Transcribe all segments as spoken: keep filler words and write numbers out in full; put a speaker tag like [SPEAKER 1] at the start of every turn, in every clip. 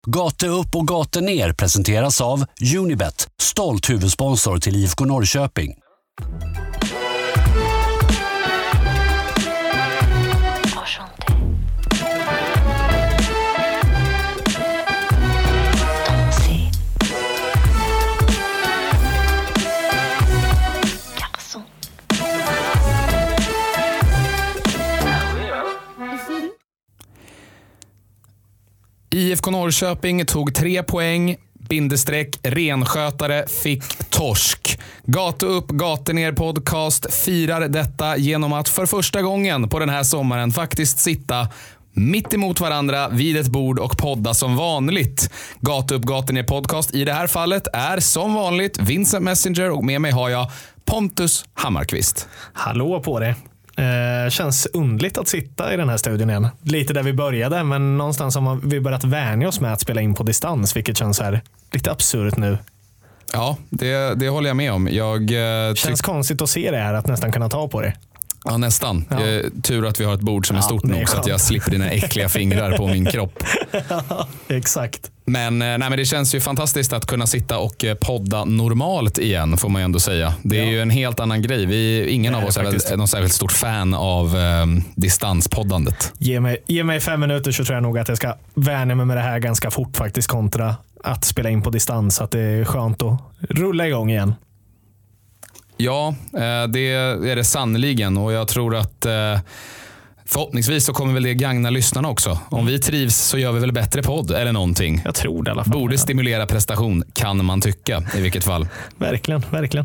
[SPEAKER 1] Gate upp och gate ner presenteras av Unibet, stolt huvudsponsor till I F K Norrköping.
[SPEAKER 2] I F K Norrköping tog tre poäng, bindestreck, renskötare fick torsk. Gate upp, gate ner podcast firar detta genom att för första gången på den här sommaren faktiskt sitta mitt emot varandra vid ett bord och podda som vanligt. Gate upp, gate ner podcast i det här fallet är som vanligt Vincent Messenger och med mig har jag Pontus Hammarkvist.
[SPEAKER 3] Hallå på det. Eh, känns undligt att sitta i den här studion igen. Lite där vi började, men någonstans har vi börjat vänja oss med att spela in på distans, vilket känns här lite absurt nu.
[SPEAKER 2] Ja, det, det håller jag med om. Jag, eh,
[SPEAKER 3] känns
[SPEAKER 2] tyck- konstigt
[SPEAKER 3] att se det här, att nästan kunna ta på det.
[SPEAKER 2] Ja, nästan.
[SPEAKER 3] Ja.
[SPEAKER 2] Eh, tur att vi har ett bord som är
[SPEAKER 3] ja,
[SPEAKER 2] stort nog så att jag slipper dina äckliga fingrar på min kropp.
[SPEAKER 3] Ja, exakt.
[SPEAKER 2] Men, nej, men det känns ju fantastiskt att kunna sitta och podda normalt igen, får man ju ändå säga. Det är ja. ju en helt annan grej. Vi, ingen nej, av oss är väl någon särskilt stort fan av eh, distanspoddandet.
[SPEAKER 3] Ge mig, ge mig fem minuter så tror jag nog att jag ska vänja mig med det här ganska fort faktiskt, kontra att spela in på distans. Så att det är skönt att rulla igång igen.
[SPEAKER 2] Ja, det är det sannoliken, och jag tror att förhoppningsvis så kommer väl det gagna lyssnarna också. Om vi trivs så gör vi väl bättre podd eller någonting.
[SPEAKER 3] Jag tror det i alla fall.
[SPEAKER 2] Borde stimulera prestation, kan man tycka i vilket fall.
[SPEAKER 3] Verkligen, verkligen.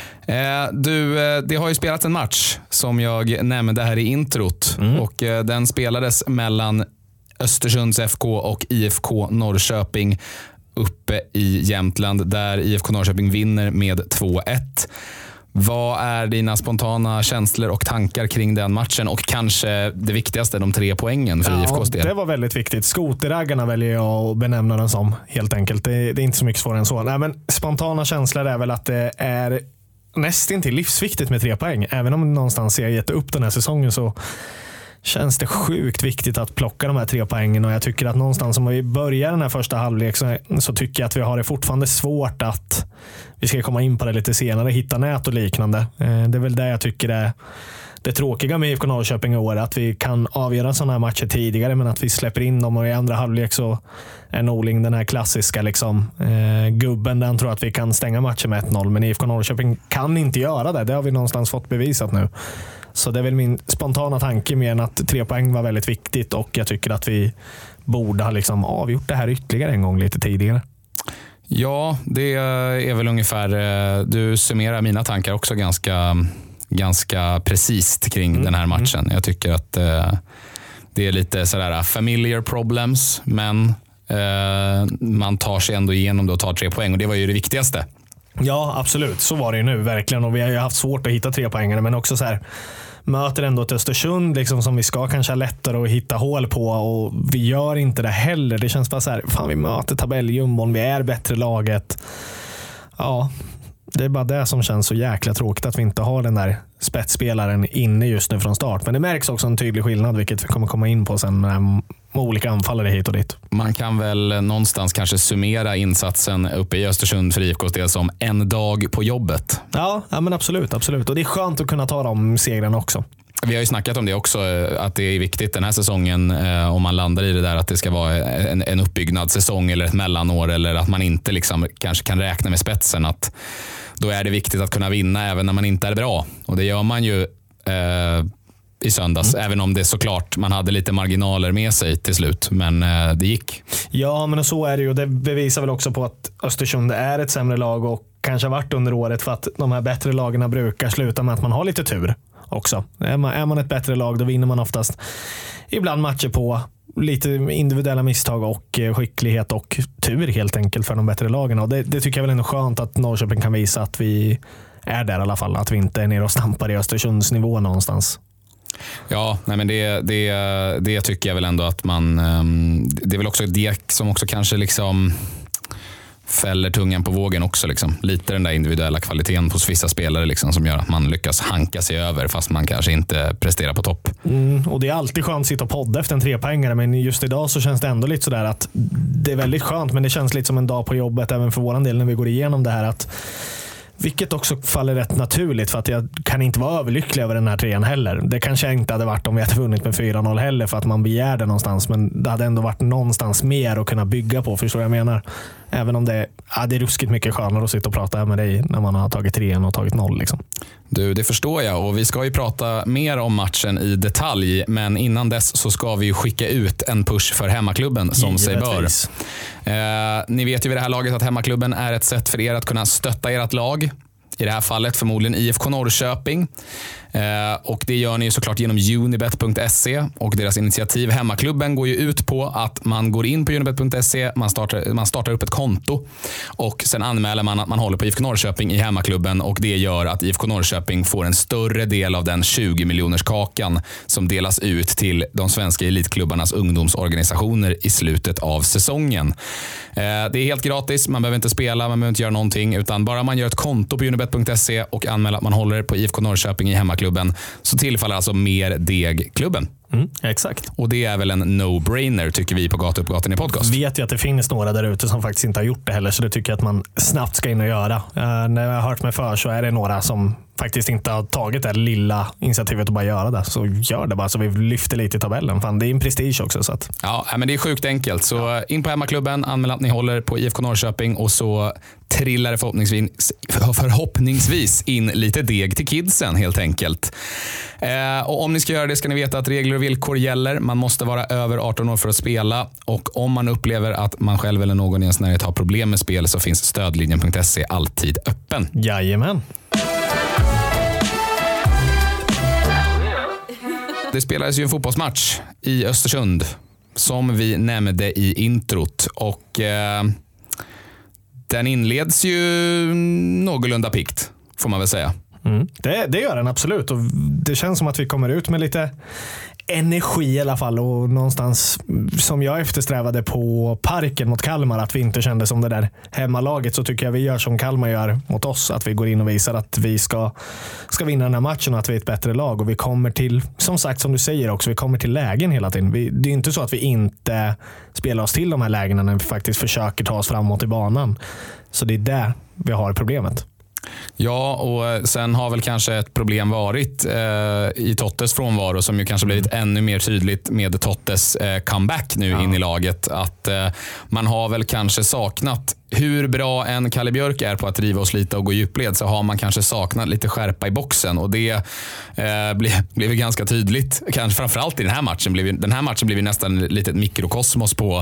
[SPEAKER 2] Du, det har ju spelat en match som jag nämnde här i introt mm. och den spelades mellan Östersunds F K och I F K Norrköping uppe i Jämtland, där I F K Norrköping vinner med två ett. Vad är dina spontana känslor och tankar kring den matchen, och kanske det viktigaste, de tre poängen för
[SPEAKER 3] ja,
[SPEAKER 2] I F K:s del?
[SPEAKER 3] Det var väldigt viktigt. Skoterraggarna väljer jag att benämna den som, helt enkelt. Det, det är inte så mycket svårare än så. Nej, men spontana känslor är väl att det är nästan till livsviktigt med tre poäng. Även om någonstans jag gett upp den här säsongen så känns det sjukt viktigt att plocka de här tre poängen, och jag tycker att någonstans om vi börjar den här första halvlek så, så tycker jag att vi har det fortfarande svårt att, vi ska komma in på det lite senare, hitta nät och liknande. Det är väl det jag tycker är det tråkiga med I F K Norrköping i år, att vi kan avgöra sådana här matcher tidigare men att vi släpper in dem, och i andra halvlek så är Norling den här klassiska liksom, eh, gubben där han tror att vi kan stänga matchen med ett noll, men I F K Norrköping kan inte göra det. Det har vi någonstans fått bevisat nu. Så det är väl min spontana tanke mer än att tre poäng var väldigt viktigt, och jag tycker att vi borde ha liksom avgjort det här ytterligare en gång lite tidigare.
[SPEAKER 2] Ja, det är väl ungefär, du summerar mina tankar också ganska, ganska precis kring mm. den här matchen. Jag tycker att eh, det är lite sådär familiar problems, men eh, man tar sig ändå igenom det och tar tre poäng, och det var ju det viktigaste.
[SPEAKER 3] Ja, absolut. Så var det ju nu, verkligen. Och vi har ju haft svårt att hitta tre poängare, men också så här, möter ändå ett Östersund liksom, som vi ska kanske ha lättare att hitta hål på, och vi gör inte det heller. Det känns bara så här, fan, vi möter tabelljumbon, vi är bättre laget. Ja, det är bara det som känns så jäkla tråkigt, att vi inte har den där spetsspelaren inne just nu från start. Men det märks också en tydlig skillnad, vilket vi kommer komma in på sen med olika anfallare hit och dit.
[SPEAKER 2] Man kan väl någonstans kanske summera insatsen uppe i Östersund för I F K:s del som en dag på jobbet.
[SPEAKER 3] Ja, ja men absolut, absolut. Och det är skönt att kunna ta de segrarna också.
[SPEAKER 2] Vi har ju snackat om det också, att det är viktigt den här säsongen, eh, om man landar i det där, att det ska vara en, en uppbyggnadssäsong eller ett mellanår, eller att man inte liksom kanske kan räkna med spetsen, att då är det viktigt att kunna vinna även när man inte är bra. Och det gör man ju eh, i söndags, mm. även om det såklart man hade lite marginaler med sig till slut, men eh, det gick.
[SPEAKER 3] Ja, men så är det ju. Det bevisar väl också på att Östersund är ett sämre lag, och kanske har varit under året, för att de här bättre lagen brukar sluta med att man har lite tur också. Är man, är man ett bättre lag, då vinner man oftast ibland matcher på lite individuella misstag och skicklighet och tur helt enkelt för de bättre lagen. Och det, det tycker jag väl ändå skönt att Norrköping kan visa att vi är där i alla fall, att vi inte är nere och stampar i Östersunds nivå någonstans.
[SPEAKER 2] Ja, nej men det, det, det tycker jag väl ändå att man, det är väl också det som också kanske liksom fäller tungan på vågen också. Liksom. Lite den där individuella kvaliteten hos vissa spelare liksom, som gör att man lyckas hanka sig över fast man kanske inte presterar på topp.
[SPEAKER 3] Mm, och det är alltid skönt att sitta och podda efter en trepoängare, men just idag så känns det ändå lite sådär att det är väldigt skönt, men det känns lite som en dag på jobbet även för våran del när vi går igenom det här, att vilket också faller rätt naturligt, för att jag kan inte vara överlycklig över den här trean heller. Det kanske inte hade varit om vi hade vunnit med fyra noll heller, för att man begär det någonstans, men det hade ändå varit någonstans mer att kunna bygga på, förstår jag menar. Även om det, ja, det är ruskigt mycket skönare att sitta och prata med dig när man har tagit trean och tagit noll. Liksom.
[SPEAKER 2] Du, det förstår jag, och vi ska ju prata mer om matchen i detalj, men innan dess så ska vi ju skicka ut en push för hemmaklubben som sig bör. Eh, ni vet ju vid det här laget att hemmaklubben är ett sätt för er att kunna stötta ert lag. I det här fallet förmodligen I F K Norrköping. Eh, och det gör ni ju såklart genom unibet punkt se, och deras initiativ Hemmaklubben går ju ut på att man går in på unibet punkt se, man startar, man startar upp ett konto och sen anmäler man att man håller på I F K Norrköping i Hemmaklubben, och det gör att I F K Norrköping får en större del av den tjugo miljoners kakan som delas ut till de svenska elitklubbarnas ungdomsorganisationer i slutet av säsongen. Eh, det är helt gratis, man behöver inte spela, man behöver inte göra någonting, utan bara man gör ett konto på unibet punkt se och anmäler att man håller på I F K Norrköping i Hemmaklubben, så tillfaller alltså mer deg klubben.
[SPEAKER 3] Mm, exakt.
[SPEAKER 2] Och det är väl en no-brainer, tycker vi på Gata upp gaten i podcast.
[SPEAKER 3] Vet jag att det finns några där ute som faktiskt inte har gjort det heller, så det tycker jag att man snabbt ska in och göra. Uh, när jag har hört mig för så är det några som faktiskt inte har tagit det lilla initiativet att bara göra det. Så gör det bara, så vi lyfter lite i tabellen. Fan, det är en prestige också. Så att...
[SPEAKER 2] Ja, men det är sjukt enkelt. Så in på Hemmaklubben, anmäl att ni håller på I F K Norrköping, och så trillar det förhoppningsvis, förhoppningsvis in lite deg till kidsen helt enkelt. Eh, och om ni ska göra det ska ni veta att regler och villkor gäller. Man måste vara över arton år för att spela, och om man upplever att man själv eller någon i ens närhet har problem med spel så finns stödlinjen punkt se alltid öppen.
[SPEAKER 3] Jajamän.
[SPEAKER 2] Det spelades ju en fotbollsmatch i Östersund som vi nämnde i introt, och eh, den inleds ju någorlunda pikt, får man väl säga.
[SPEAKER 3] Mm. Det, det gör den absolut, och det känns som att vi kommer ut med lite energi i alla fall, och någonstans som jag eftersträvade på Parken mot Kalmar, att vi inte kände som det där hemmalaget, så tycker jag vi gör som Kalmar gör mot oss, att vi går in och visar att vi ska, ska vinna den här matchen och att vi är ett bättre lag, och vi kommer till, som sagt som du säger också, vi kommer till lägen hela tiden. Vi, det är inte så att vi inte spelar oss till de här lägena när vi faktiskt försöker ta oss framåt i banan, så det är där vi har problemet.
[SPEAKER 2] Ja, och sen har väl kanske ett problem varit eh, i Tottes frånvaro, som ju kanske blivit mm. ännu mer tydligt med Tottes eh, comeback nu ja. in i laget. Att eh, man har väl kanske saknat, hur bra en Kalle Björk är på att driva och slita och gå djupled, så har man kanske saknat lite skärpa i boxen, och det eh, blev, blev ganska tydligt. Kanske framförallt i den här matchen. Blev, den här matchen blev nästan lite ett mikrokosmos på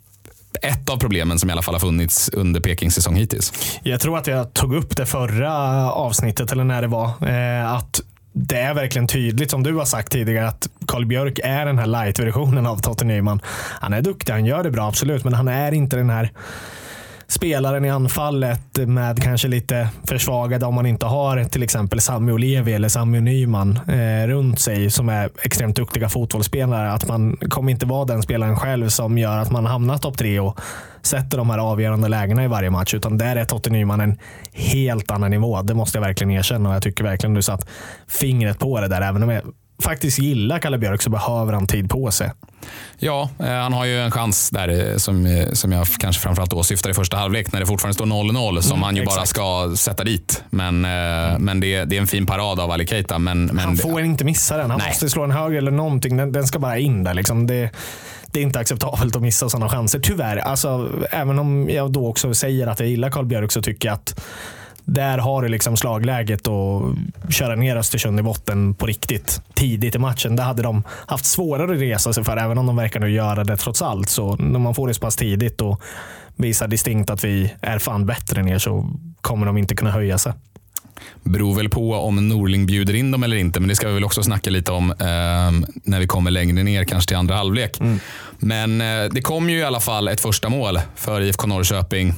[SPEAKER 2] ett av problemen som i alla fall har funnits under Pekings säsong hittills. Jag tror att jag tog upp det förra avsnittet, eller när det var, eh, att det är verkligen tydligt, som du har sagt tidigare, att Karl Björk är den här light-versionen av Totte Nyman. Han är duktig, han gör det bra, absolut, men han är inte den här spelaren i anfallet med kanske lite försvagade, om man inte har till exempel Sami Olevi eller Sami Nyman eh, runt sig som är extremt duktiga fotbollsspelare, att man kommer inte vara den spelaren själv som gör att man hamnar topp tre och sätter de här avgörande lägena i varje match, utan där är Totte Nyman en helt annan nivå. Det måste jag verkligen erkänna, och jag tycker verkligen du satt fingret på det där. Även om jag faktiskt gillar Kalle Björk så behöver han tid på sig. Ja, eh, han har ju en chans där eh, som, eh, som jag kanske framförallt åsyftar i första halvlek, när det fortfarande står noll noll, som mm, han ju exakt. bara ska sätta dit. Men, eh, mm. men det, det är en fin parad av Ali Keita. Men, men han får det, inte missa den. Han nej. måste slå en höger eller någonting. Den, den ska bara in där. Liksom. Det, det är inte acceptabelt att missa sådana chanser. Tyvärr. Alltså, även om jag då också säger att jag gillar Karl Björk, så tycker jag att där har du liksom slagläget och köra ner Östersund i botten på riktigt tidigt i matchen. Där hade de haft svårare att resa sig för, även om de verkar nu göra det trots allt. Så när man får det så pass tidigt och visar distinkt att vi är fan bättre ner, så kommer de inte kunna höja sig. Beror väl på om Norling bjuder in dem eller inte, men det ska vi väl också snacka lite om eh, när vi kommer längre ner, kanske till andra halvlek. Mm. Men eh, det kom ju i alla fall ett första mål för I F K Norrköping.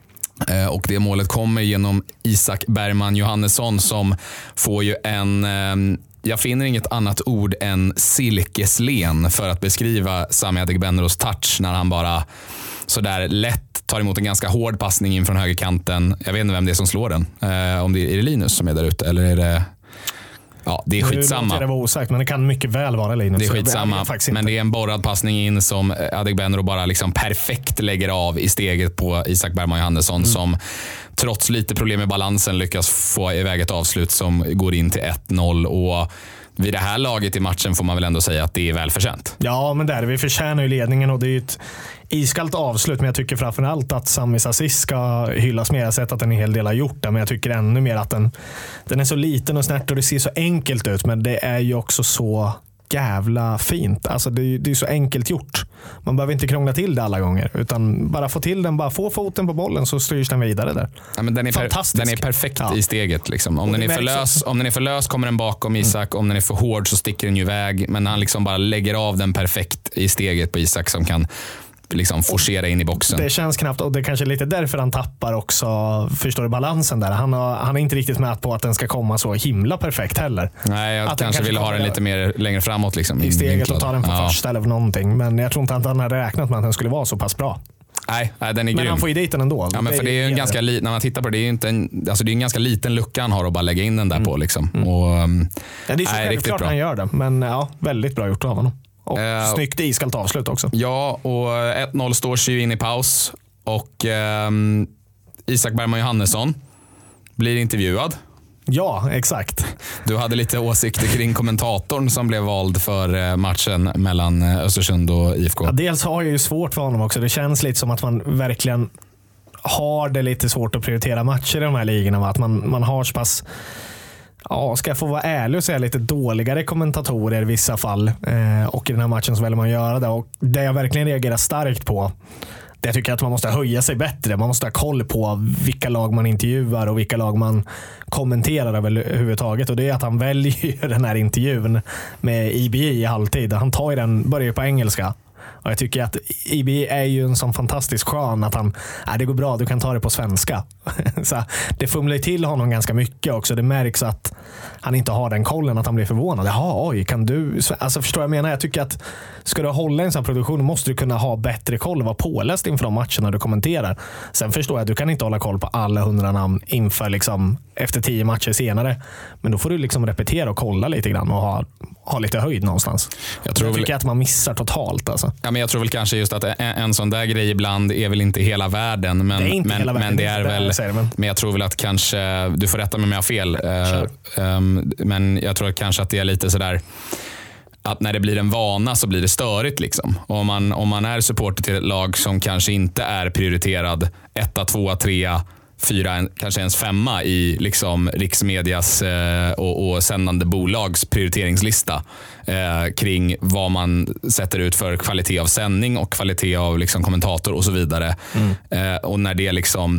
[SPEAKER 2] Och det målet kommer genom Isak Bergman Johannesson, som får ju en, jag finner inget annat ord än silkeslen för att beskriva Sami Adegbenros touch, när han bara så där lätt tar emot en ganska hård passning in från högerkanten. Jag vet inte vem det är som slår den. Eh, om det är, är det Linus som är där ute eller är det... Ja, det är skitsamma.
[SPEAKER 3] Nu det var osagt, men det kan mycket väl vara Linus.
[SPEAKER 2] Det är skitsamma, det är men det är en borrad passning in som Adegbenro bara liksom perfekt lägger av i steget på Isak Bergman Johannesson mm. som trots lite problem med balansen lyckas få iväg ett avslut som går in till ett noll och vid det här laget i matchen får man väl ändå säga att det är välförtjänt.
[SPEAKER 3] Ja, men där vi förtjänar ju ledningen och det är ju ett iskallt avslut, men jag tycker framförallt att Samis assist ska hyllas mer. Jag har sett att en hel del har gjort det, men jag tycker ännu mer att den, den är så liten och snärt och det ser så enkelt ut, men det är ju också så jävla fint. Alltså det är, det är så enkelt gjort. Man behöver inte krångla till det alla gånger, utan bara få till den, bara få foten på bollen så styrs den vidare där.
[SPEAKER 2] Ja, men den är Fantastisk. Per, den är perfekt ja. i steget. Liksom. Om, den är för lös, om den är för lös kommer den bakom Isak. Mm. Om den är för hård så sticker den ju iväg. Men han liksom bara lägger av den perfekt i steget på Isak som kan liksom forcera in i boxen.
[SPEAKER 3] Det känns knappt, och det är kanske lite därför han tappar också, förstår du, balansen där. Han, har, han är inte riktigt med på att den ska komma så himla perfekt heller.
[SPEAKER 2] Nej, jag
[SPEAKER 3] att
[SPEAKER 2] kanske vill ha den lite mer längre framåt liksom,
[SPEAKER 3] i steget vinklad. Och ta den på ja. första eller någonting. Men jag tror inte att han hade räknat med att den skulle vara så pass bra.
[SPEAKER 2] Nej, nej, den är
[SPEAKER 3] men
[SPEAKER 2] grym.
[SPEAKER 3] Han får ju dit den ändå.
[SPEAKER 2] Ja, men för det är ju en ganska li- när man tittar på det, det är ju inte en, alltså det är en ganska liten lucka han har att bara lägga in den där mm. på liksom.
[SPEAKER 3] Mm.
[SPEAKER 2] Och,
[SPEAKER 3] ja, det är så nej, riktigt bra. Han gör det, men ja, väldigt bra gjort av honom. Och uh, snyggt iskallt avslut också.
[SPEAKER 2] Ja, och ett noll står sig in i paus. Och um, Isak Bergman Johannesson blir intervjuad.
[SPEAKER 3] Ja, exakt.
[SPEAKER 2] Du hade lite åsikter kring kommentatorn som blev vald för matchen mellan Östersund och I F K.
[SPEAKER 3] Ja, dels har jag ju svårt för honom också. Det känns lite som att man verkligen har det lite svårt att prioritera matcher i de här ligorna. Att man, man har så pass... Ja, ska jag få vara ärlig och säga lite dåligare kommentatorer i vissa fall. Eh, och i den här matchen så väljer man göra det. Och det jag verkligen reagerar starkt på, det tycker jag att man måste höja sig bättre. Man måste ha koll på vilka lag man intervjuar och vilka lag man kommenterar överhuvudtaget. Och det är att han väljer den här intervjun med I B I i halvtid. Han tar ju den, börjar på engelska. Och jag tycker att I B I är ju en sån fantastisk skön att han, äh, det går bra, du kan ta det på svenska. Så det fumlar till honom ganska mycket också. Det märks att han inte har den kollen, att han blir förvånad. Jaha, oj, kan du... Alltså förstår jag menar? Jag tycker att ska du hålla en sån produktion måste du kunna ha bättre koll och vara påläst inför de matcherna du kommenterar. Sen förstår jag att du kan inte hålla koll på alla hundra namn inför liksom efter tio matcher senare. Men då får du liksom repetera och kolla lite grann och ha, ha lite höjd någonstans. Jag, tror jag tycker väl... att man missar totalt alltså.
[SPEAKER 2] Ja, men jag tror väl kanske just att en, en sån där grej ibland är väl inte hela världen, men det är, inte men, hela världen, men det är väl det, men. men jag tror väl att kanske, du får rätta mig om jag har fel, uh, um, men jag tror att kanske att det är lite sådär att när det blir en vana så blir det störigt liksom. Och om man, om man är supporter till ett lag som kanske inte är prioriterad etta, tvåa, trea, fyra, en, kanske ens femma i liksom riksmedias eh, och, och sändande bolags prioriteringslista eh, kring vad man sätter ut för kvalitet av sändning och kvalitet av liksom kommentator och så vidare. Mm. Eh, och när det liksom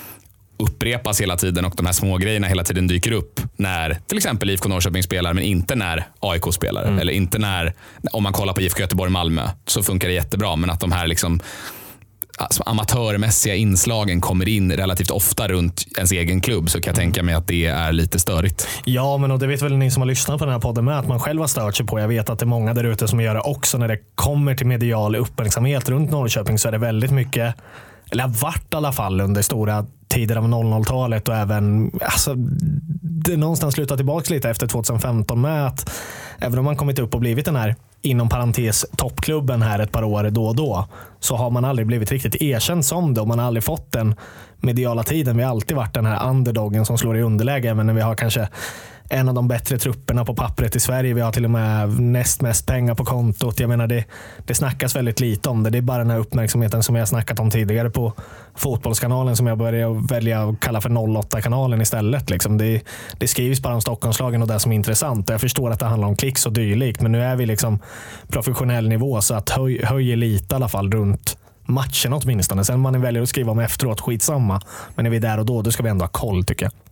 [SPEAKER 2] upprepas hela tiden och de här små grejerna hela tiden dyker upp när till exempel I F K Norrköping spelar, men inte när A I K spelar. Mm. Eller inte när, om man kollar på I F K Göteborg Malmö så funkar det jättebra, men att de här liksom alltså, amatörmässiga inslagen kommer in relativt ofta runt ens egen klubb, så kan jag tänka mig att det är lite störigt.
[SPEAKER 3] Ja, men och det vet väl ni som har lyssnat på den här podden med, att man själv har stört sig på. Jag vet att det är många där ute som gör det också. När det kommer till medial uppmärksamhet runt Norrköping så är det väldigt mycket, eller har varit i alla fall under stora tider av noll noll-talet och även alltså, det någonstans slutar tillbaka lite efter tjugohundrafemton med att även om man kommit upp och blivit den här inom parentes toppklubben här ett par år då och då, så har man aldrig blivit riktigt erkänd som det, och man har aldrig fått den mediala tiden. Vi har alltid varit den här underdoggen som slår i underläge, även när vi har kanske en av de bättre trupperna på pappret i Sverige. Vi har till och med näst mest pengar på kontot. Jag menar, det, det snackas väldigt lite om det. Det är bara den här uppmärksamheten som jag har snackat om tidigare på Fotbollskanalen, som jag börjar välja att kalla för noll åtta-kanalen istället. Liksom. Det, det skrivs bara om Stockholmslagen och det som är intressant. Jag förstår att det handlar om klicks och dylikt, men nu är vi liksom professionell nivå, så att höj, höjer lite i alla fall runt matchen åtminstone. Sen man väljer att skriva om efteråt, skitsamma. Men är vi där och då, då ska vi ändå ha koll, tycker jag.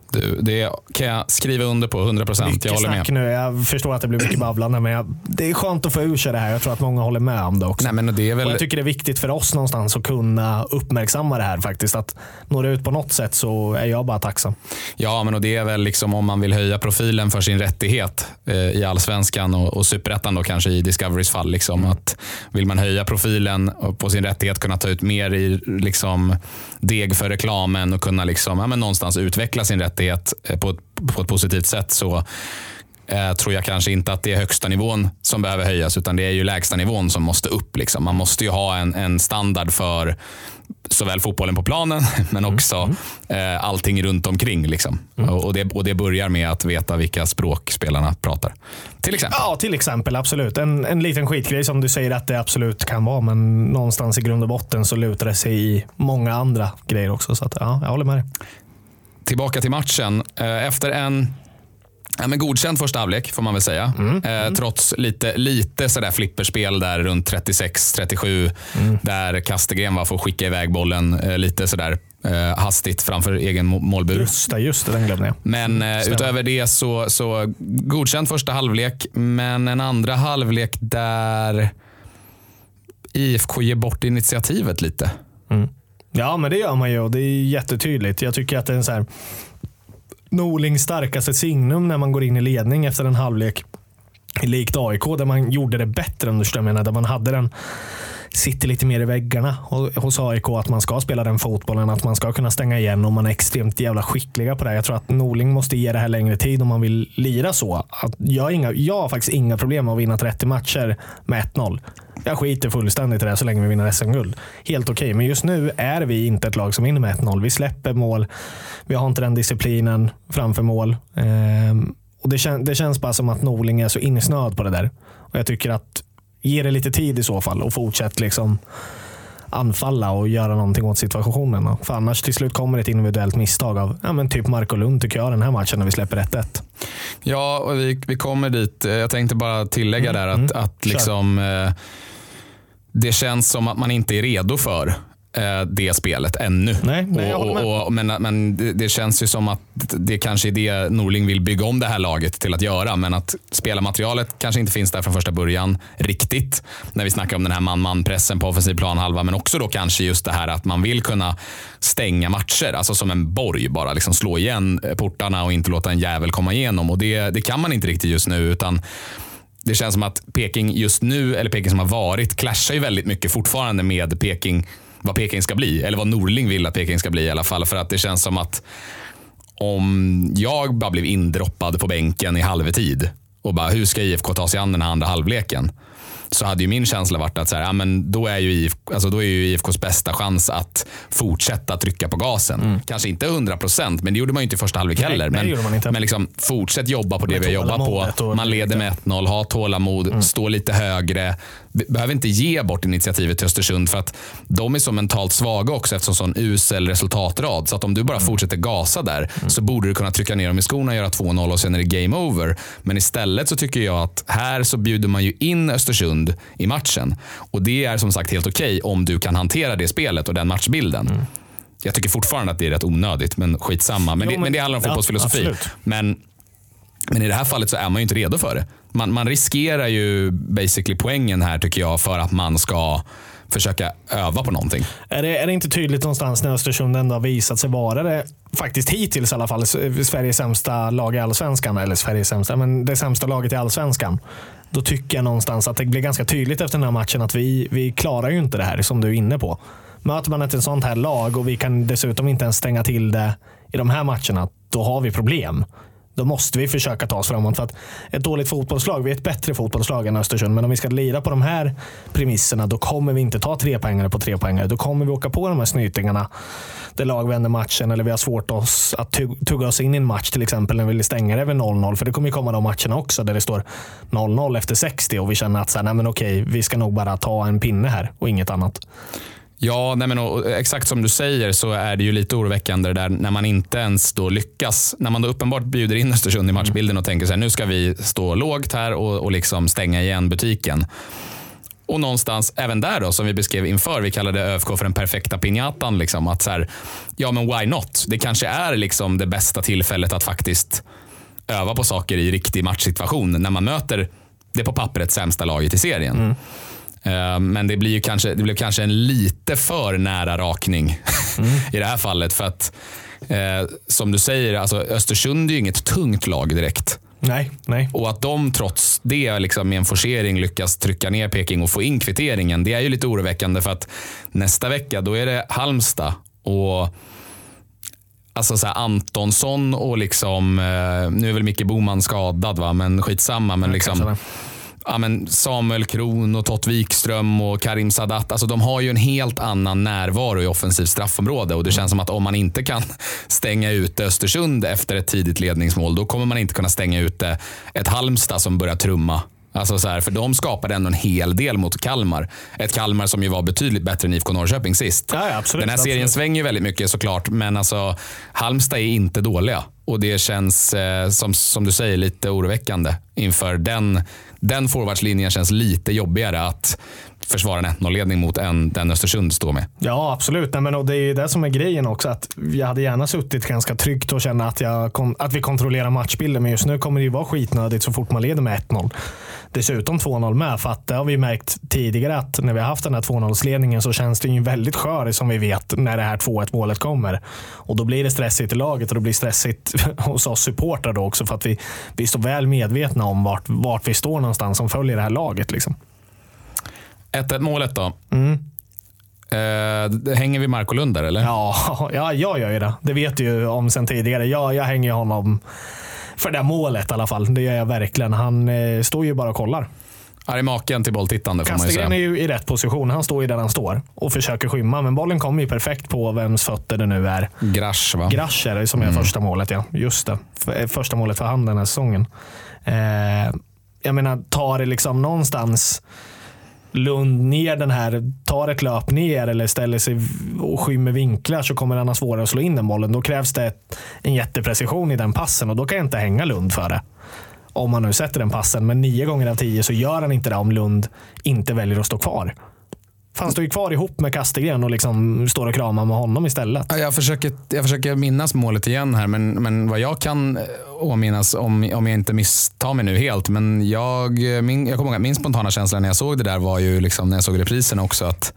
[SPEAKER 2] Du, det kan jag skriva under på hundra procent. Jag håller med.
[SPEAKER 3] Nu. Jag förstår att det blir mycket babblande, men jag, det är skönt att få ur sig det här. Jag tror att många håller med om det också.
[SPEAKER 2] Nej, men det är väl...
[SPEAKER 3] Och jag tycker det är viktigt för oss någonstans att kunna uppmärksamma det här faktiskt. Att nå det ut på något sätt, så är jag bara tacksam.
[SPEAKER 2] Ja, men och det är väl liksom om man vill höja profilen för sin rättighet eh, i Allsvenskan och, och Superettan då kanske i Discoverys fall. Liksom, mm. att vill man höja profilen och på sin rättighet kunna ta ut mer i liksom, deg för reklamen och kunna liksom, ja, men någonstans utveckla sin rättighet på ett, på ett positivt sätt, så eh, tror jag kanske inte att det är högsta nivån som behöver höjas, utan det är ju lägsta nivån som måste upp. Liksom. Man måste ju ha en, en standard för såväl fotbollen på planen men också mm. eh, allting runt omkring. Liksom. Mm. Och, och, det, och det börjar med att veta vilka språk spelarna pratar. Till exempel.
[SPEAKER 3] Ja, till exempel. Absolut. En, en liten skitgrej som du säger att det absolut kan vara, men någonstans i grund och botten så lutar det sig i många andra grejer också. Så att, ja, jag håller med dig.
[SPEAKER 2] Tillbaka till matchen. Efter en ja, men godkänd första halvlek får man väl säga. Mm. Eh, trots lite, lite sådär flipperspel där runt trettiosex trettiosju mm. där Kastegren var för att skicka iväg bollen eh, lite sådär eh, hastigt framför egen målbur.
[SPEAKER 3] Just det, just det, den glömde jag.
[SPEAKER 2] Men eh, utöver det så, så godkänd första halvlek, men en andra halvlek där I F K ger bort initiativet lite.
[SPEAKER 3] Mm. Ja, men det gör man ju och det är jättetydligt. Jag tycker att det är en så här Norlings starkaste signum när man går in i ledning efter en halvlek likt A I K, där man gjorde det bättre än du menar, där man hade den sitter lite mer i väggarna hos A I K, att man ska spela den fotbollen, att man ska kunna stänga igen, och man är extremt jävla skickliga på det. Jag tror att Norling måste ge det här längre tid om man vill lira så. Att jag, har inga, jag har faktiskt inga problem med att vinna trettio matcher med ett noll. Jag skiter fullständigt i det så länge vi vinner S M-guld. Helt okej, okay. Men just nu är vi inte ett lag som vinner med ett noll. Vi släpper mål. Vi har inte den disciplinen framför mål. Ehm, och det, kän- det känns bara som att Norling är så insnöad på det där. Och jag tycker att ge det lite tid i så fall och fortsätt liksom anfalla och göra någonting åt situationen. För annars till slut kommer ett individuellt misstag av ja, men typ Marco Lund tycker jag den här matchen när vi släpper ett ett.
[SPEAKER 2] Ja, och vi, vi kommer dit. Jag tänkte bara tillägga mm, där att, mm, att liksom, eh, det känns som att man inte är redo för eh, det spelet ännu.
[SPEAKER 3] Nej, nej, jag
[SPEAKER 2] och,
[SPEAKER 3] håller med.
[SPEAKER 2] Och, men men det, det känns ju som att det kanske är det Norling vill bygga om det här laget till att göra, men att spelarmaterialet kanske inte finns där från första början riktigt. När vi snackar om den här man-man-pressen på offensiv planhalva, men också då kanske just det här att man vill kunna stänga matcher, alltså som en borg, bara liksom slå igen portarna och inte låta en jävel komma igenom. Och det, det kan man inte riktigt just nu, utan det känns som att Peking just nu, eller Peking som har varit, clashar ju väldigt mycket fortfarande med Peking, vad Peking ska bli, eller vad Norling vill att Peking ska bli i alla fall. För att det känns som att om jag bara blev indroppad på bänken i halvtid och bara hur ska I F K ta sig an den här andra halvleken, så hade ju min känsla varit att så här, ja, men då är ju I F K, alltså då är ju I F K:s bästa chans att fortsätta trycka på gasen. Mm. Kanske inte hundra procent, men det gjorde man ju inte i första halvlek heller.
[SPEAKER 3] Nej,
[SPEAKER 2] men men liksom, fortsätt jobba på det vi har jobbat på. Man leder med ett noll, ha tålamod, mm. stå lite högre. Behöver inte ge bort initiativet till Östersund, för att de är så mentalt svaga också eftersom sån usel resultatrad. Så att om du bara mm. fortsätter gasa där mm. så borde du kunna trycka ner dem i skorna, göra två noll och sen är det game over. Men istället så tycker jag att här så bjuder man ju in Östersund i matchen. Och det är som sagt helt okej om du kan hantera det spelet och den matchbilden. Mm. Jag tycker fortfarande att det är rätt onödigt, men skitsamma. Men, jo, men, det, men det handlar om fotbollsfilosofi. Ja, men, men i det här fallet så är man ju inte redo för det. Man, man riskerar ju basically poängen här tycker jag, för att man ska försöka öva på någonting. Är
[SPEAKER 3] det, är det inte tydligt någonstans när Östersund ändå har visat sig vara det, faktiskt hittills i alla fall, Sveriges sämsta lag i Allsvenskan, eller Sveriges sämsta, men det sämsta laget i Allsvenskan. Då tycker jag någonstans att det blir ganska tydligt efter den här matchen att vi, vi klarar ju inte det här som du är inne på. Möter man ett sånt här lag och vi kan dessutom inte ens stänga till det i de här matcherna, då har vi problem. Då måste vi försöka ta oss framåt, för att ett dåligt fotbollslag, vi är ett bättre fotbollslag än Östersund, men om vi ska lira på de här premisserna, då kommer vi inte ta tre poängare på tre poängare. Då kommer vi åka på de här snytingarna där lag vänder matchen, eller vi har svårt oss att tugga oss in i en match till exempel när vi vill stänga det över noll noll, för det kommer ju komma de matcherna också där det står noll noll efter sextio och vi känner att så här, nej men okej, vi ska nog bara ta en pinne här och inget annat.
[SPEAKER 2] Ja, nej men, och, exakt som du säger så är det ju lite oroväckande där när man inte ens då lyckas, när man då uppenbart bjuder in Östersund i matchbilden och tänker så här, nu ska vi stå lågt här och, och liksom stänga igen butiken. Och någonstans, även där då, som vi beskrev inför, vi kallade ÖFK för den perfekta piñatan. Liksom, att så här, ja men why not? Det kanske är liksom det bästa tillfället att faktiskt öva på saker i riktig matchsituation när man möter det på pappret sämsta laget i serien. Mm. Uh, men det blir ju kanske, det blev kanske en lite för nära rakning mm. i det här fallet. För att, uh, som du säger, alltså Östersund är ju inget tungt lag direkt.
[SPEAKER 3] Nej, nej.
[SPEAKER 2] Och att de trots det liksom med en forcering lyckas trycka ner Peking och få in kvitteringen, det är ju lite oroväckande, för att nästa vecka då är det Halmstad och alltså så här Antonsson och liksom, nu är väl Micke Boman skadad va, men skitsamma, men liksom ja, men Samuel Kron och Tott Wikström och Karim Sadat, alltså de har ju en helt annan närvaro i offensivt straffområde, och det känns som att om man inte kan stänga ut Östersund efter ett tidigt ledningsmål, då kommer man inte kunna stänga ut ett Halmstad som börjar trumma. Alltså så här, för de skapade ändå en hel del mot Kalmar. Ett Kalmar som ju var betydligt bättre än I F K Norrköping sist.
[SPEAKER 3] Ja, absolut,
[SPEAKER 2] den här serien
[SPEAKER 3] absolut.
[SPEAKER 2] svänger ju väldigt mycket såklart, men alltså Halmstad är inte dåliga. Och det känns, eh, som, som du säger, lite oroväckande inför den, den forwardslinjen. Känns lite jobbigare att försvara en ett noll-ledning mot en, den Östersund står med.
[SPEAKER 3] Ja, absolut. Nej, men, och det är det som är grejen också. Att jag hade gärna suttit ganska tryggt och känna att, jag kom, att vi kontrollerar matchbilden. Men just nu kommer det ju vara skitnödigt så fort man leder med ett noll. Dessutom två noll med. För att det har vi märkt tidigare att när vi har haft den här två noll-ledningen så känns det ju väldigt skör som vi vet när det här två ett målet kommer. Och då blir det stressigt i laget och då blir det stressigt hos oss supportrar då också, för att vi, vi är så väl medvetna om vart, vart vi står någonstans som följer det här laget liksom.
[SPEAKER 2] ett ett målet då.
[SPEAKER 3] Mm.
[SPEAKER 2] Eh, hänger vi Marco Lund där eller?
[SPEAKER 3] Ja, ja, jag gör ju det. Det vet du ju om sen tidigare. Ja, jag hänger honom för det målet i alla fall. Det gör jag verkligen. Han eh, står ju bara och kollar.
[SPEAKER 2] Är maken till bolltittande får man ju säga.
[SPEAKER 3] Kastegren är ju i rätt position. Han står ju där han står och försöker skymma. Men bollen kommer ju perfekt på vems fötter det nu är.
[SPEAKER 2] Grasch va?
[SPEAKER 3] Grasch är det som är mm. första målet, ja. Just det. För, första målet för han den här säsongen. Eh, jag menar, tar det liksom någonstans Lund ner den här, tar ett löp ner eller ställer sig och skymmer vinklar, så kommer han ha svårare att slå in den bollen. Då krävs det ett, en jätteprecision i den passen, och då kan jag inte hänga Lund för det. Om man nu sätter den passen, men nio gånger av tio så gör han inte det om Lund inte väljer att stå kvar. För han står ju kvar ihop med Kastegren och liksom står och kramar med honom istället.
[SPEAKER 2] Jag försöker, jag försöker minnas målet igen här, men, men vad jag kan åminnas, om, om jag inte misstar mig nu helt, men jag, min, jag kommer ihåg att min spontana känsla när jag såg det där var ju liksom, när jag såg reprisen också, att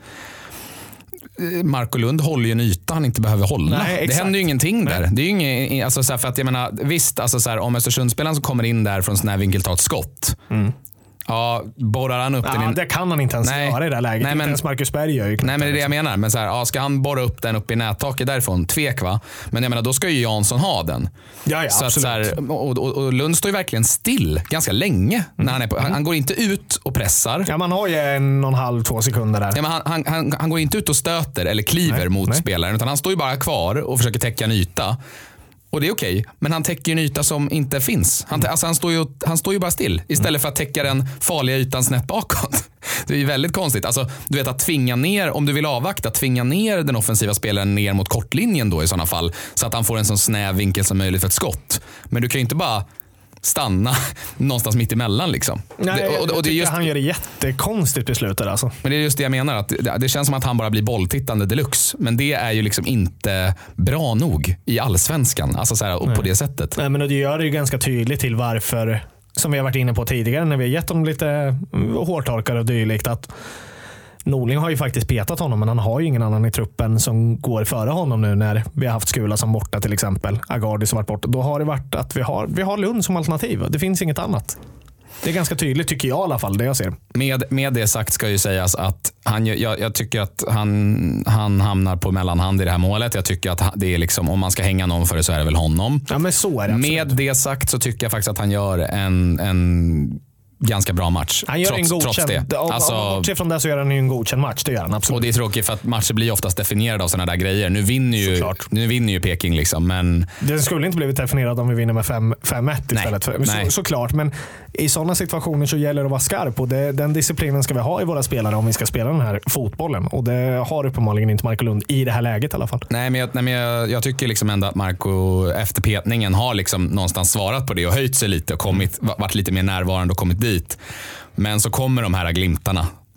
[SPEAKER 2] Marco Lund håller ju en yta han inte behöver hålla. Nej, det händer ju ingenting där. Nej. Det är ju inget, alltså så här, för att jag menar, visst, alltså så här, om Östersundsspelaren som kommer in där från sån här vinkel tar ett skott. Mm. Ja, borrar han upp
[SPEAKER 3] ja,
[SPEAKER 2] den in...
[SPEAKER 3] det kan han inte ens
[SPEAKER 2] nej,
[SPEAKER 3] göra i det här läget.
[SPEAKER 2] Nej, men,
[SPEAKER 3] inte ens Marcus Berg gör ju
[SPEAKER 2] nej, men det är det jag menar. Men så här, ja, ska han borra upp den upp i nättaket därifrån? Tvek va? Men jag menar, då ska ju Jansson ha den.
[SPEAKER 3] Ja, ja,
[SPEAKER 2] så
[SPEAKER 3] absolut.
[SPEAKER 2] Att, så här, och, och, och Lund står ju verkligen still ganska länge. Mm. När han, är på, han, han går inte ut och pressar.
[SPEAKER 3] Ja, man har ju en och en halv, två sekunder där.
[SPEAKER 2] Ja, men han, han, han, han går inte ut och stöter eller kliver nej, mot nej. spelaren, utan han står ju bara kvar och försöker täcka en yta. Och det är okej, men han täcker en yta som inte finns. Han, alltså han, står ju, han står ju bara still istället för att täcka den farliga ytan snett bakåt. Det är ju väldigt konstigt. Alltså, du vet, att tvinga ner, om du vill avvakta, tvinga ner den offensiva spelaren ner mot kortlinjen då i sådana fall, så att han får en sån snäv vinkel som möjligt för ett skott. Men du kan ju inte bara stanna någonstans mitt emellan liksom.
[SPEAKER 3] Nej, det, och, och, och det är just, han gör det jättekonstigt beslut där alltså.
[SPEAKER 2] Men det är just det jag menar, att det, det känns som att han bara blir bolltittande deluxe, men det är ju liksom inte bra nog i allsvenskan, alltså så här, och på det sättet.
[SPEAKER 3] Nej, men det gör det ju ganska tydligt till varför, som vi har varit inne på tidigare när vi har gett honom lite hårtorkare och dylikt, att Norling har ju faktiskt petat honom, men han har ju ingen annan i truppen som går före honom nu när vi har haft Skula som borta till exempel. Agardi som varit borta. Då har det varit att vi har, vi har Lund som alternativ. Det finns inget annat. Det är ganska tydligt tycker jag i alla fall, det jag ser.
[SPEAKER 2] Med, med det sagt ska ju sägas att han, jag, jag tycker att han, han hamnar på mellanhand i det här målet. Jag tycker att det är liksom, om man ska hänga någon för det så är det väl honom.
[SPEAKER 3] Ja, men så är det absolut.
[SPEAKER 2] Med det sagt så tycker jag faktiskt att han gör en, en ganska bra match.
[SPEAKER 3] Han gör
[SPEAKER 2] trots,
[SPEAKER 3] en godkänd,
[SPEAKER 2] trots det.
[SPEAKER 3] Om,
[SPEAKER 2] alltså,
[SPEAKER 3] om man bortser från det så gör han ju en godkänd match, det gör han absolut.
[SPEAKER 2] Och det är tråkigt för att matcher blir oftast definierade av sådana där grejer. Nu vinner ju, nu vinner ju Peking liksom, men
[SPEAKER 3] den skulle inte blivit definierad om vi vinner med fem ett istället. För, så, såklart, men i sådana situationer så gäller det att vara skarp, och det, den disciplinen ska vi ha i våra spelare om vi ska spela den här fotbollen, och det har uppenbarligen inte Marco Lund i det här läget i alla fall.
[SPEAKER 2] Nej, men jag, nej, men jag, jag tycker liksom ändå att Marco efter petningen har liksom någonstans svarat på det och höjt sig lite och kommit, varit lite mer närvarande och kommit dit. Men så kommer de här glimtarna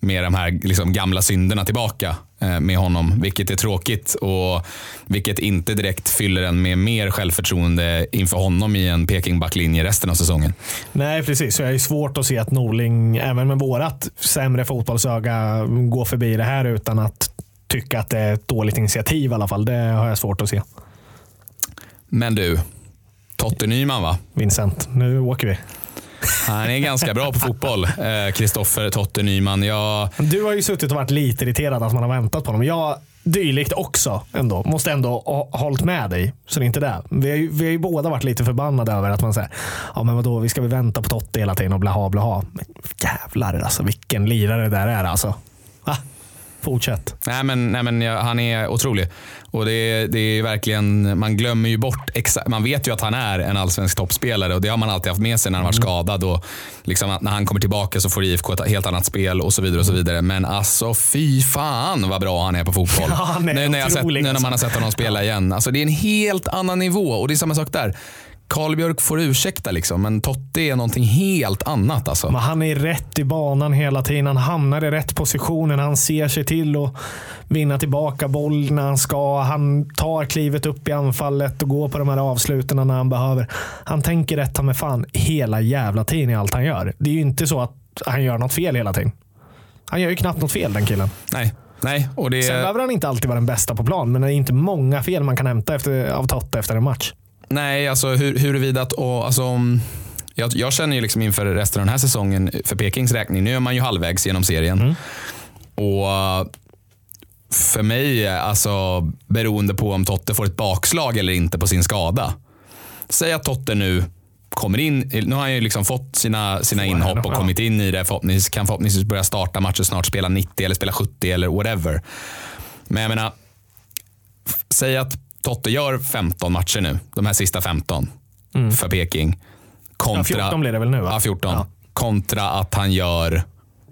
[SPEAKER 2] med de här liksom gamla synderna tillbaka eh, med honom, vilket är tråkigt och vilket inte direkt fyller en med mer självförtroende inför honom i en Peking-backlinje resten av säsongen.
[SPEAKER 3] Nej, precis. Så jag är svårt att se att Norling, även med vårat sämre fotbollsöga, går förbi det här utan att tycka att det är ett dåligt initiativ i alla fall. Det har jag svårt att se.
[SPEAKER 2] Men du, Totte Nyman va?
[SPEAKER 3] Vincent, nu åker vi.
[SPEAKER 2] Han är ganska bra på fotboll, Kristoffer Totte Nyman. Jag...
[SPEAKER 3] Du har ju suttit och varit lite irriterad att man har väntat på honom. Jag dylikt också ändå. Måste ändå ha hållit med dig. Så det är inte det. Vi har ju, vi har ju båda varit lite förbannade över att man säger ja men vadå, vi ska vi vänta på Totte hela tiden och blaha blaha. Men jävlar alltså, vilken lirare det där är alltså. Va? Fortsätt.
[SPEAKER 2] Nej men, nej, men ja, han är otrolig. Och det är, det är verkligen, man glömmer ju bort exa- man vet ju att han är en allsvensk toppspelare och det har man alltid haft med sig när han var mm. skadad och liksom när han kommer tillbaka så får I F K ett helt annat spel och så vidare och så vidare. Men alltså fy fan vad bra han är på fotboll. Ja, han är nu, när, jag sett, nu när man har sett honom spela igen. Alltså det är en helt annan nivå och det är samma sak där. Karl Björk får ursäkta liksom, men Totte är någonting helt annat alltså.
[SPEAKER 3] Men han är rätt i banan hela tiden. Han hamnar i rätt positioner. Han ser sig till att vinna tillbaka boll när han ska. Han tar klivet upp i anfallet och går på de här avsluten när han behöver. Han tänker rätt med fan hela jävla tiden i allt han gör. Det är ju inte så att han gör något fel hela tiden. Han gör ju knappt något fel, den killen.
[SPEAKER 2] Nej. Nej, och det...
[SPEAKER 3] Sen behöver han inte alltid vara den bästa på plan, men det är inte många fel man kan hämta efter, av Totte efter en match.
[SPEAKER 2] Nej, alltså hur, huruvida att, och, alltså, jag, jag känner ju liksom inför resten av den här säsongen för Pekings räkning, nu är man ju halvvägs genom serien. Mm. Och för mig, alltså beroende på om Totte får ett bakslag eller inte på sin skada. Säg att Totte nu kommer in, nu har han ju liksom fått sina, sina inhopp och kommit in i det, förhoppningsvis, kan förhoppningsvis börja starta matcher snart, spela nittio eller spela sjuttio eller whatever. Men jag menar, säg att Totte gör femton matcher nu, de här sista femton mm. för Peking. Kontra,
[SPEAKER 3] ja, fjorton blir det väl nu va?
[SPEAKER 2] Ja, fjorton. Ja. Kontra att han gör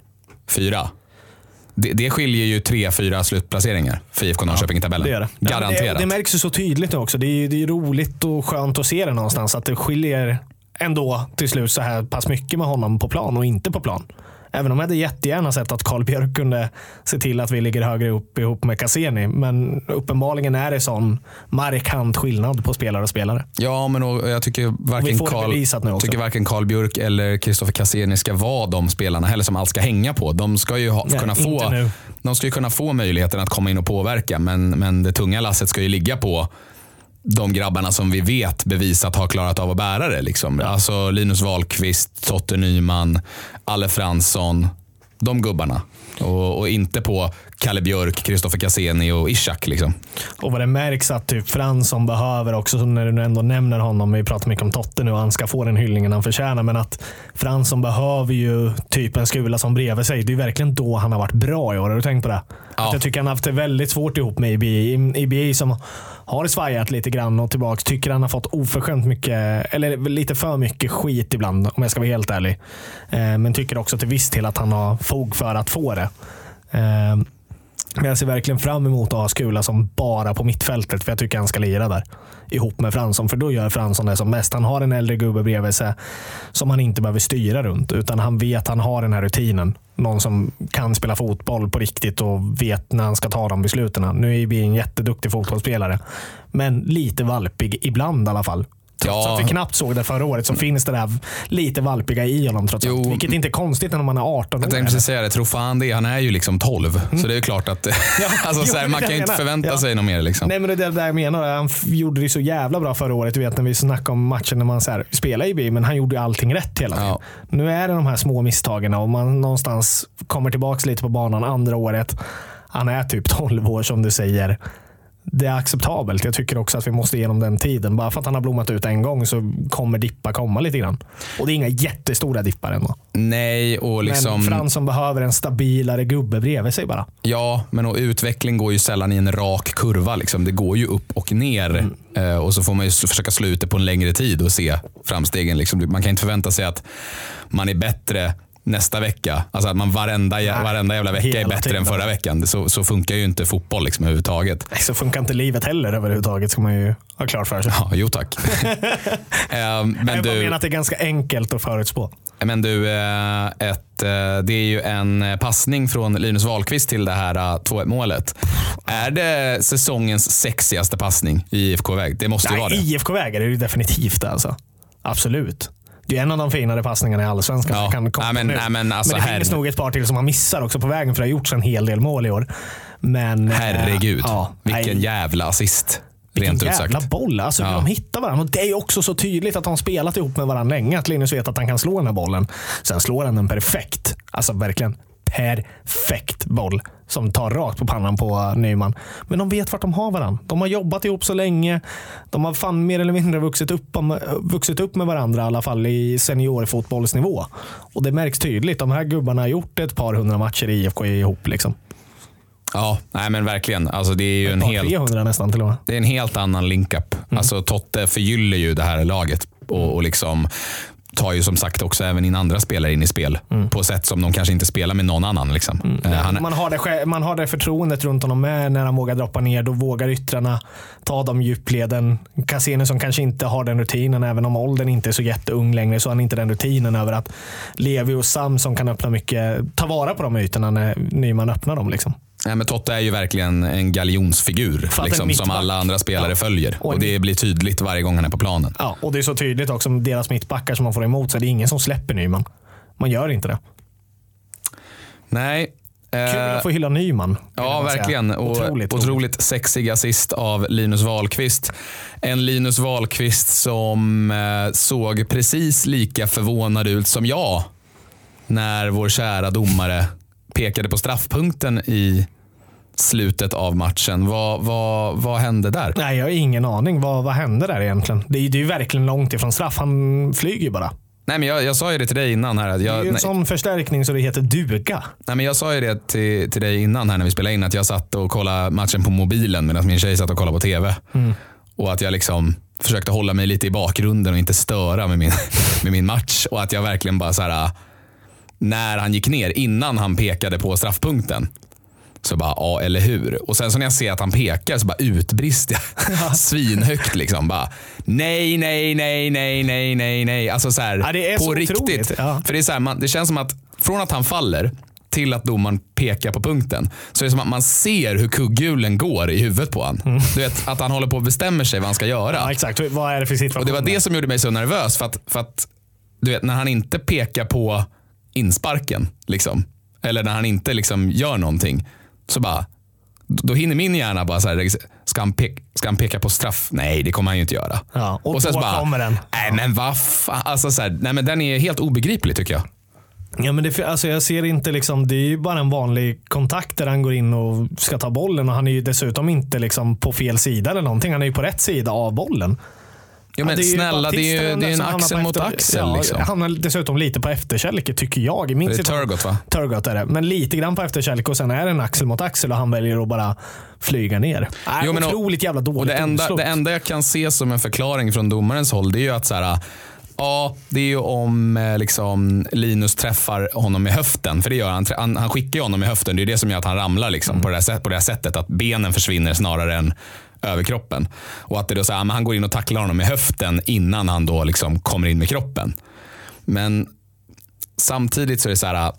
[SPEAKER 2] fyra. Det, det skiljer ju tre, fyra slutplaceringar för I F K Norrköping i tabellen.
[SPEAKER 3] Det är det.
[SPEAKER 2] Garanterat.
[SPEAKER 3] Ja, det, det märks ju så tydligt också. Det är, det är roligt och skönt att se det någonstans. Att det skiljer ändå till slut så här pass mycket med honom på plan och inte på plan. Även om jag hade jättegärna sett att Karl Björk kunde se till att vi ligger högre upp ihop med Cassini. Men uppenbarligen är det sån markant skillnad på spelare och spelare.
[SPEAKER 2] Ja, men jag tycker varken Karl, tycker varken Karl Björk eller Kristoffer Cassini ska vara de spelarna heller som allt ska hänga på. De ska ju ha, Nej, kunna få de ska ju kunna få möjligheten att komma in och påverka. Men, men det tunga lasset ska ju ligga på de grabbarna som vi vet bevisat har klarat av att bära det. Liksom. Alltså Linus Wahlqvist, Totte Nyman, Alle Fransson, de gubbarna. Och, och inte på Kalle Björk, Kristoffer Cassini och Ishak. Liksom.
[SPEAKER 3] Och vad det märks att typ Fransson behöver också, när du ändå nämner honom, vi pratar mycket om Totte nu och han ska få den hyllningen han förtjänar, men att Fransson behöver ju typ en skula som bredvid sig. Det är verkligen då han har varit bra i år. Har du tänkt på det? Ja. Att jag tycker han har haft det väldigt svårt ihop med I B I. I B I som har svajat lite grann och tillbaka. Tycker han har fått oförskämt mycket, eller lite för mycket skit ibland, om jag ska vara helt ärlig. Eh, men tycker också till viss till att han har fog för att få det. Eh, men jag ser verkligen fram emot att ha Skula som bara på mittfältet, för jag tycker han ska lira där ihop med Fransson, för då gör Fransson det som mest. Han har en äldre gubbe bredvid sig som han inte behöver styra runt, utan han vet han har den här rutinen. Någon som kan spela fotboll på riktigt och vet när han ska ta de besluten. Nu är vi en jätteduktig fotbollsspelare, men lite valpig ibland i alla fall. Trots ja. att vi knappt såg det förra året så finns det där lite valpiga i honom trots allt. Vilket inte är konstigt när man är arton år.
[SPEAKER 2] Jag tänkte precis säga det, tror fan det. Han är ju liksom tolv. Mm. Så det är ju klart att ja, alltså, jo, så här, man kan ju inte förvänta ja. sig något mer. Liksom.
[SPEAKER 3] Nej, men det är det jag menar. Han gjorde det så jävla bra förra året. Du vet när vi snackade om matchen när man så här, spelar i B, men han gjorde ju allting rätt hela tiden. Ja. Nu är det de här små misstagen och man någonstans kommer tillbaka lite på banan andra året. Han är typ tolv år som du säger. Det är acceptabelt. Jag tycker också att vi måste igenom den tiden. Bara för att han har blommat ut en gång så kommer dippa komma lite grann. Och det är inga jättestora dippar ändå.
[SPEAKER 2] Nej, och liksom...
[SPEAKER 3] Men Fransson behöver en stabilare gubbe bredvid sig bara.
[SPEAKER 2] Ja, men och utveckling går ju sällan i en rak kurva. Liksom. Det går ju upp och ner. Mm. Eh, och så får man ju försöka sluta på en längre tid och se framstegen. Liksom. Man kan inte förvänta sig att man är bättre nästa vecka. Alltså att man varenda, Nej, varenda jävla vecka är bättre tiden. än förra veckan. Så, så funkar ju inte fotboll liksom överhuvudtaget.
[SPEAKER 3] Nej, så funkar inte livet heller överhuvudtaget, ska man ju ha klart för sig.
[SPEAKER 2] Ja, jo tack. men
[SPEAKER 3] jag
[SPEAKER 2] du,
[SPEAKER 3] menar att det är ganska enkelt att förutspå.
[SPEAKER 2] Men du, ett, det är ju en passning från Linus Wahlqvist till det här två ett målet. Är det säsongens sexigaste passning i I F K-väg? Det måste ju
[SPEAKER 3] Nej,
[SPEAKER 2] vara det.
[SPEAKER 3] I F K-väg är det ju definitivt alltså. Absolut. Det är en av de finare passningarna i Allsvenskan.
[SPEAKER 2] Ja.
[SPEAKER 3] Kan komma
[SPEAKER 2] Nej, men, nej, men, alltså,
[SPEAKER 3] men det finns nog ett par till som man missar också på vägen, för det har gjorts en hel del mål i år. Men,
[SPEAKER 2] herregud,
[SPEAKER 3] ja,
[SPEAKER 2] vilken
[SPEAKER 3] nej.
[SPEAKER 2] jävla assist.
[SPEAKER 3] Vilken
[SPEAKER 2] rent
[SPEAKER 3] jävla
[SPEAKER 2] utsagt.
[SPEAKER 3] boll. Alltså,
[SPEAKER 2] ja.
[SPEAKER 3] De hittar varandra. Och det är också så tydligt att de har spelat ihop med varandra länge. Att Linus vet att han kan slå den här bollen. Sen slår han den perfekt. Alltså verkligen perfekt boll som tar rakt på pannan på Nyman. Men de vet vart de har varandra. De har jobbat ihop så länge. De har fan mer eller mindre vuxit upp, vuxit upp med varandra, i alla fall i seniorfotbollsnivå. Och det märks tydligt. De här gubbarna har gjort ett par hundra matcher i I F K ihop liksom.
[SPEAKER 2] Ja, nej men verkligen. Alltså det är ju en helt
[SPEAKER 3] trehundra nästan till och med.
[SPEAKER 2] Det är en helt annan link-up. Mm. Alltså Totte förgyller ju det här laget och, och liksom tar ju som sagt också även in andra spelare in i spel mm. på sätt som de kanske inte spelar med någon annan liksom.
[SPEAKER 3] Mm. Han är... man, har det, man har det förtroendet runt honom med när han vågar droppa ner. Då vågar yttrarna ta de djupleden. Cassini som kanske inte har den rutinen, även om åldern inte är så jätteung längre, så har han inte den rutinen över att Levi och Sam som kan öppna mycket, ta vara på de ytorna när Nyman öppnar dem liksom.
[SPEAKER 2] Ja, men Totte är ju verkligen en galjonsfigur liksom, som alla andra spelare ja. följer. Och, och det blir tydligt varje gång han är på planen.
[SPEAKER 3] Ja, och det är så tydligt också med deras mittbackar som man får emot, så det är ingen som släpper Nyman. Man gör inte det.
[SPEAKER 2] Nej.
[SPEAKER 3] Kul eh, att få hylla Nyman.
[SPEAKER 2] Ja, verkligen. Och otroligt, otroligt sexig assist av Linus Wahlqvist. En Linus Wahlqvist som eh, såg precis lika förvånad ut som jag när vår kära domare pekade på straffpunkten i slutet av matchen. Vad, vad, vad hände där?
[SPEAKER 3] Nej, jag har ingen aning. Vad, vad hände där egentligen? Det är, det är ju verkligen långt ifrån straff. Han flyger ju bara. Nej, men jag, jag sa ju det till dig innan här. Att jag, det är ju en nej. sån förstärkning så det heter duga.
[SPEAKER 2] Nej, men jag sa ju det till, till dig innan här när vi spelade in, att jag satt och kollade matchen på mobilen medan min tjej satt och kollade på tv. Mm. Och att jag liksom försökte hålla mig lite i bakgrunden och inte störa med min, med min match. Och att jag verkligen bara så här, när han gick ner, innan han pekade på straffpunkten, så bara, ja eller hur. Och sen så när jag ser att han pekar så bara utbrister jag svinhögt liksom. Bara, nej, nej, nej, nej, nej, nej, nej. Alltså så här, ja, det är på så riktigt. Ja. För det är så här, man, det känns som att från att han faller till att domaren pekar på punkten, så är det som att man ser hur kugghjulen går i huvudet på han. Mm. Du vet, att han håller på att bestämma sig vad han ska göra.
[SPEAKER 3] Ja, exakt. Vad är det för situation?
[SPEAKER 2] Och det var det som gjorde mig så nervös. För att, för att du vet, när han inte pekar på insparken liksom, eller när han inte liksom gör någonting, så bara, då hinner min hjärna bara så här, ska han, peka, ska han peka på straff? Nej, det kommer han ju inte göra.
[SPEAKER 3] Ja, och, och sen så bara, kommer den.
[SPEAKER 2] Nej, men vad fan, alltså så här, nej, men den är helt obegriplig tycker jag.
[SPEAKER 3] Ja, men det, alltså jag ser inte liksom, det är ju bara en vanlig kontakt där han går in och ska ta bollen, och han är ju dessutom inte liksom på fel sida eller någonting, han är ju på rätt sida av bollen.
[SPEAKER 2] Ja, men ja, det snälla, det är ju det är en axel mot efter, axel. Ja, liksom.
[SPEAKER 3] Han är dessutom lite på efterkälke tycker jag. I min
[SPEAKER 2] det är Turgott va?
[SPEAKER 3] Turgott är det. Men lite grann på efterkälke, och sen är det en axel mot axel och han väljer att bara flyga ner. Äh, jo, men otroligt och, jävla dåligt.
[SPEAKER 2] Och det, enda, det enda jag kan se som en förklaring från domarens håll, det är ju att så här, ja, det är ju om liksom, Linus träffar honom i höften. För det gör han. Han, han skickar ju honom i höften. Det är det som gör att han ramlar liksom, mm. på, det här, på det här sättet. Att benen försvinner snarare än överkroppen. Och att det då så här, han går in och tacklar honom i höften innan han då liksom kommer in med kroppen. Men samtidigt så är det så här,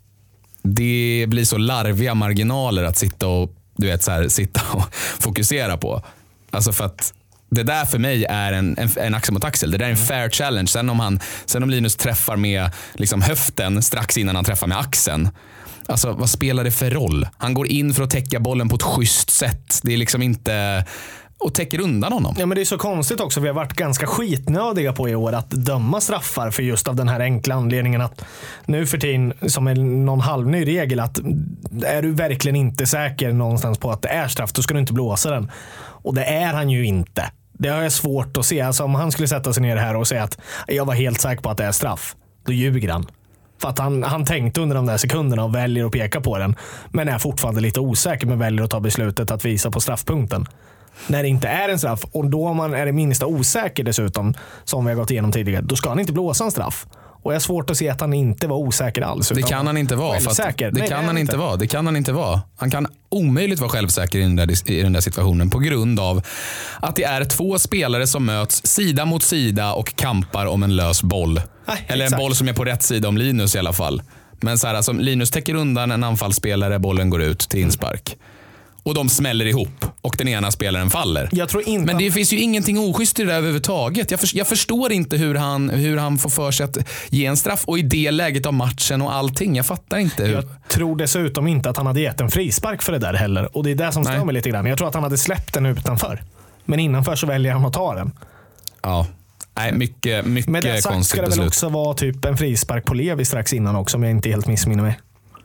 [SPEAKER 2] det blir så larviga marginaler att sitta och du vet så här, sitta och fokusera på. Alltså för att det där för mig är en, en, en axel mot axel. Det där är en fair challenge. Sen om, han, sen om Linus träffar med liksom höften strax innan han träffar med axeln, alltså vad spelar det för roll? Han går in för att täcka bollen på ett schysst sätt. Det är liksom inte... Och täcker undan honom.
[SPEAKER 3] Ja, men det är så konstigt också. Vi har varit ganska skitnödiga på i år att döma straffar för just av den här enkla anledningen att nu för tiden, som är någon halvny regel, att är du verkligen inte säker någonstans på att det är straff, då ska du inte blåsa den. Och det är han ju inte. Det har jag svårt att se. Alltså om han skulle sätta sig ner här och säga att jag var helt säker på att det är straff, då ljuger han. För att han, han tänkte under de där sekunderna och väljer att peka på den, men är fortfarande lite osäker, men väljer att ta beslutet att visa på straffpunkten när det inte är en straff. Och då man är det minsta osäker dessutom, som vi har gått igenom tidigare, då ska han inte blåsa en straff. Och jag har svårt att se att han inte var osäker alls.
[SPEAKER 2] Det kan han inte vara. För att det, Nej, kan han inte vara. det kan han inte vara. Han kan omöjligt vara självsäker i den, där, i den där situationen på grund av att det är två spelare som möts sida mot sida och kampar om en lös boll.
[SPEAKER 3] Nej,
[SPEAKER 2] Eller
[SPEAKER 3] exakt.
[SPEAKER 2] en boll som är på rätt sida om Linus i alla fall. Men så här, alltså, Linus täcker undan en anfallsspelare, bollen går ut till inspark. Och de smäller ihop och den ena spelaren faller.
[SPEAKER 3] Jag tror inte.
[SPEAKER 2] Men det finns ju ingenting oschysst i det där överhuvudtaget. Jag, för, jag förstår inte hur han, hur han får för sig att ge en straff och i det läget av matchen och allting. Jag fattar inte hur.
[SPEAKER 3] Jag tror dessutom inte att han hade gett en frispark för det där heller. Och det är det som stör mig lite grann. Jag tror att han hade släppt den utanför. Men innanför så väljer han att ta den.
[SPEAKER 2] Ja. Nej, mycket, mycket
[SPEAKER 3] Men det sagt ska det väl också vara typ en frispark på Levi strax innan också, om jag inte helt missminner mig.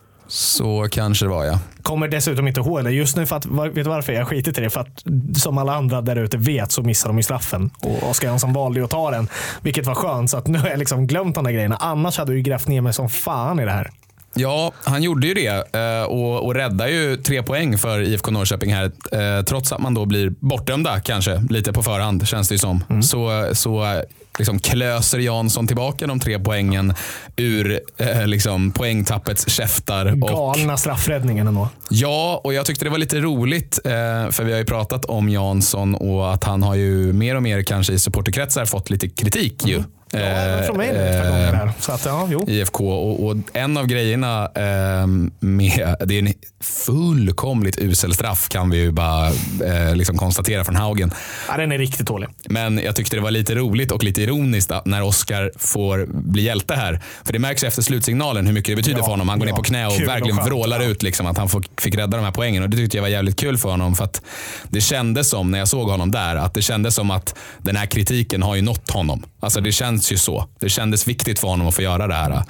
[SPEAKER 2] Så kanske det var, ja.
[SPEAKER 3] Kommer dessutom inte ihåg det just nu, för att, vet du varför jag skiter i det? För att som alla andra där ute vet så missar de i straffen. Och Oskar Jansson valde ju att ta den, vilket var skönt, så att nu har jag liksom glömt de där grejerna. Annars hade jag ju grävt ner mig som fan i det här.
[SPEAKER 2] Ja, han gjorde ju det och, och räddade ju tre poäng för I F K Norrköping här. Trots att man då blir bortdömda kanske lite på förhand, känns det ju som. Mm. Så, så liksom klöser Jansson tillbaka de tre poängen ur eh, liksom poängtappets käftar.
[SPEAKER 3] Galna
[SPEAKER 2] och,
[SPEAKER 3] straffräddningen ändå.
[SPEAKER 2] Ja, och jag tyckte det var lite roligt eh, för vi har ju pratat om Jansson och att han har ju mer och mer kanske i supporterkretsar fått lite kritik ju.
[SPEAKER 3] Mm. Ja, från mig ett par gånger där. Så att, ja, jo.
[SPEAKER 2] I F K och, och en av grejerna eh, med, det är en fullkomligt usel straff kan vi ju bara eh, liksom konstatera från Haugen.
[SPEAKER 3] Ja, den är riktigt dålig.
[SPEAKER 2] Men jag tyckte det var lite roligt och lite ironiskt att när Oskar får bli hjälte här. För det märks efter slutsignalen hur mycket det betyder
[SPEAKER 3] ja,
[SPEAKER 2] för honom. Han går
[SPEAKER 3] ja,
[SPEAKER 2] ner på knä och verkligen och vrålar ja. ut liksom, att han får, fick rädda de här poängen. Och det tyckte jag var jävligt kul för honom. För att det kändes som, när jag såg honom där, att det kändes som att den här kritiken har ju nått honom. Alltså det känns ju så. Det kändes viktigt för honom att få göra det här.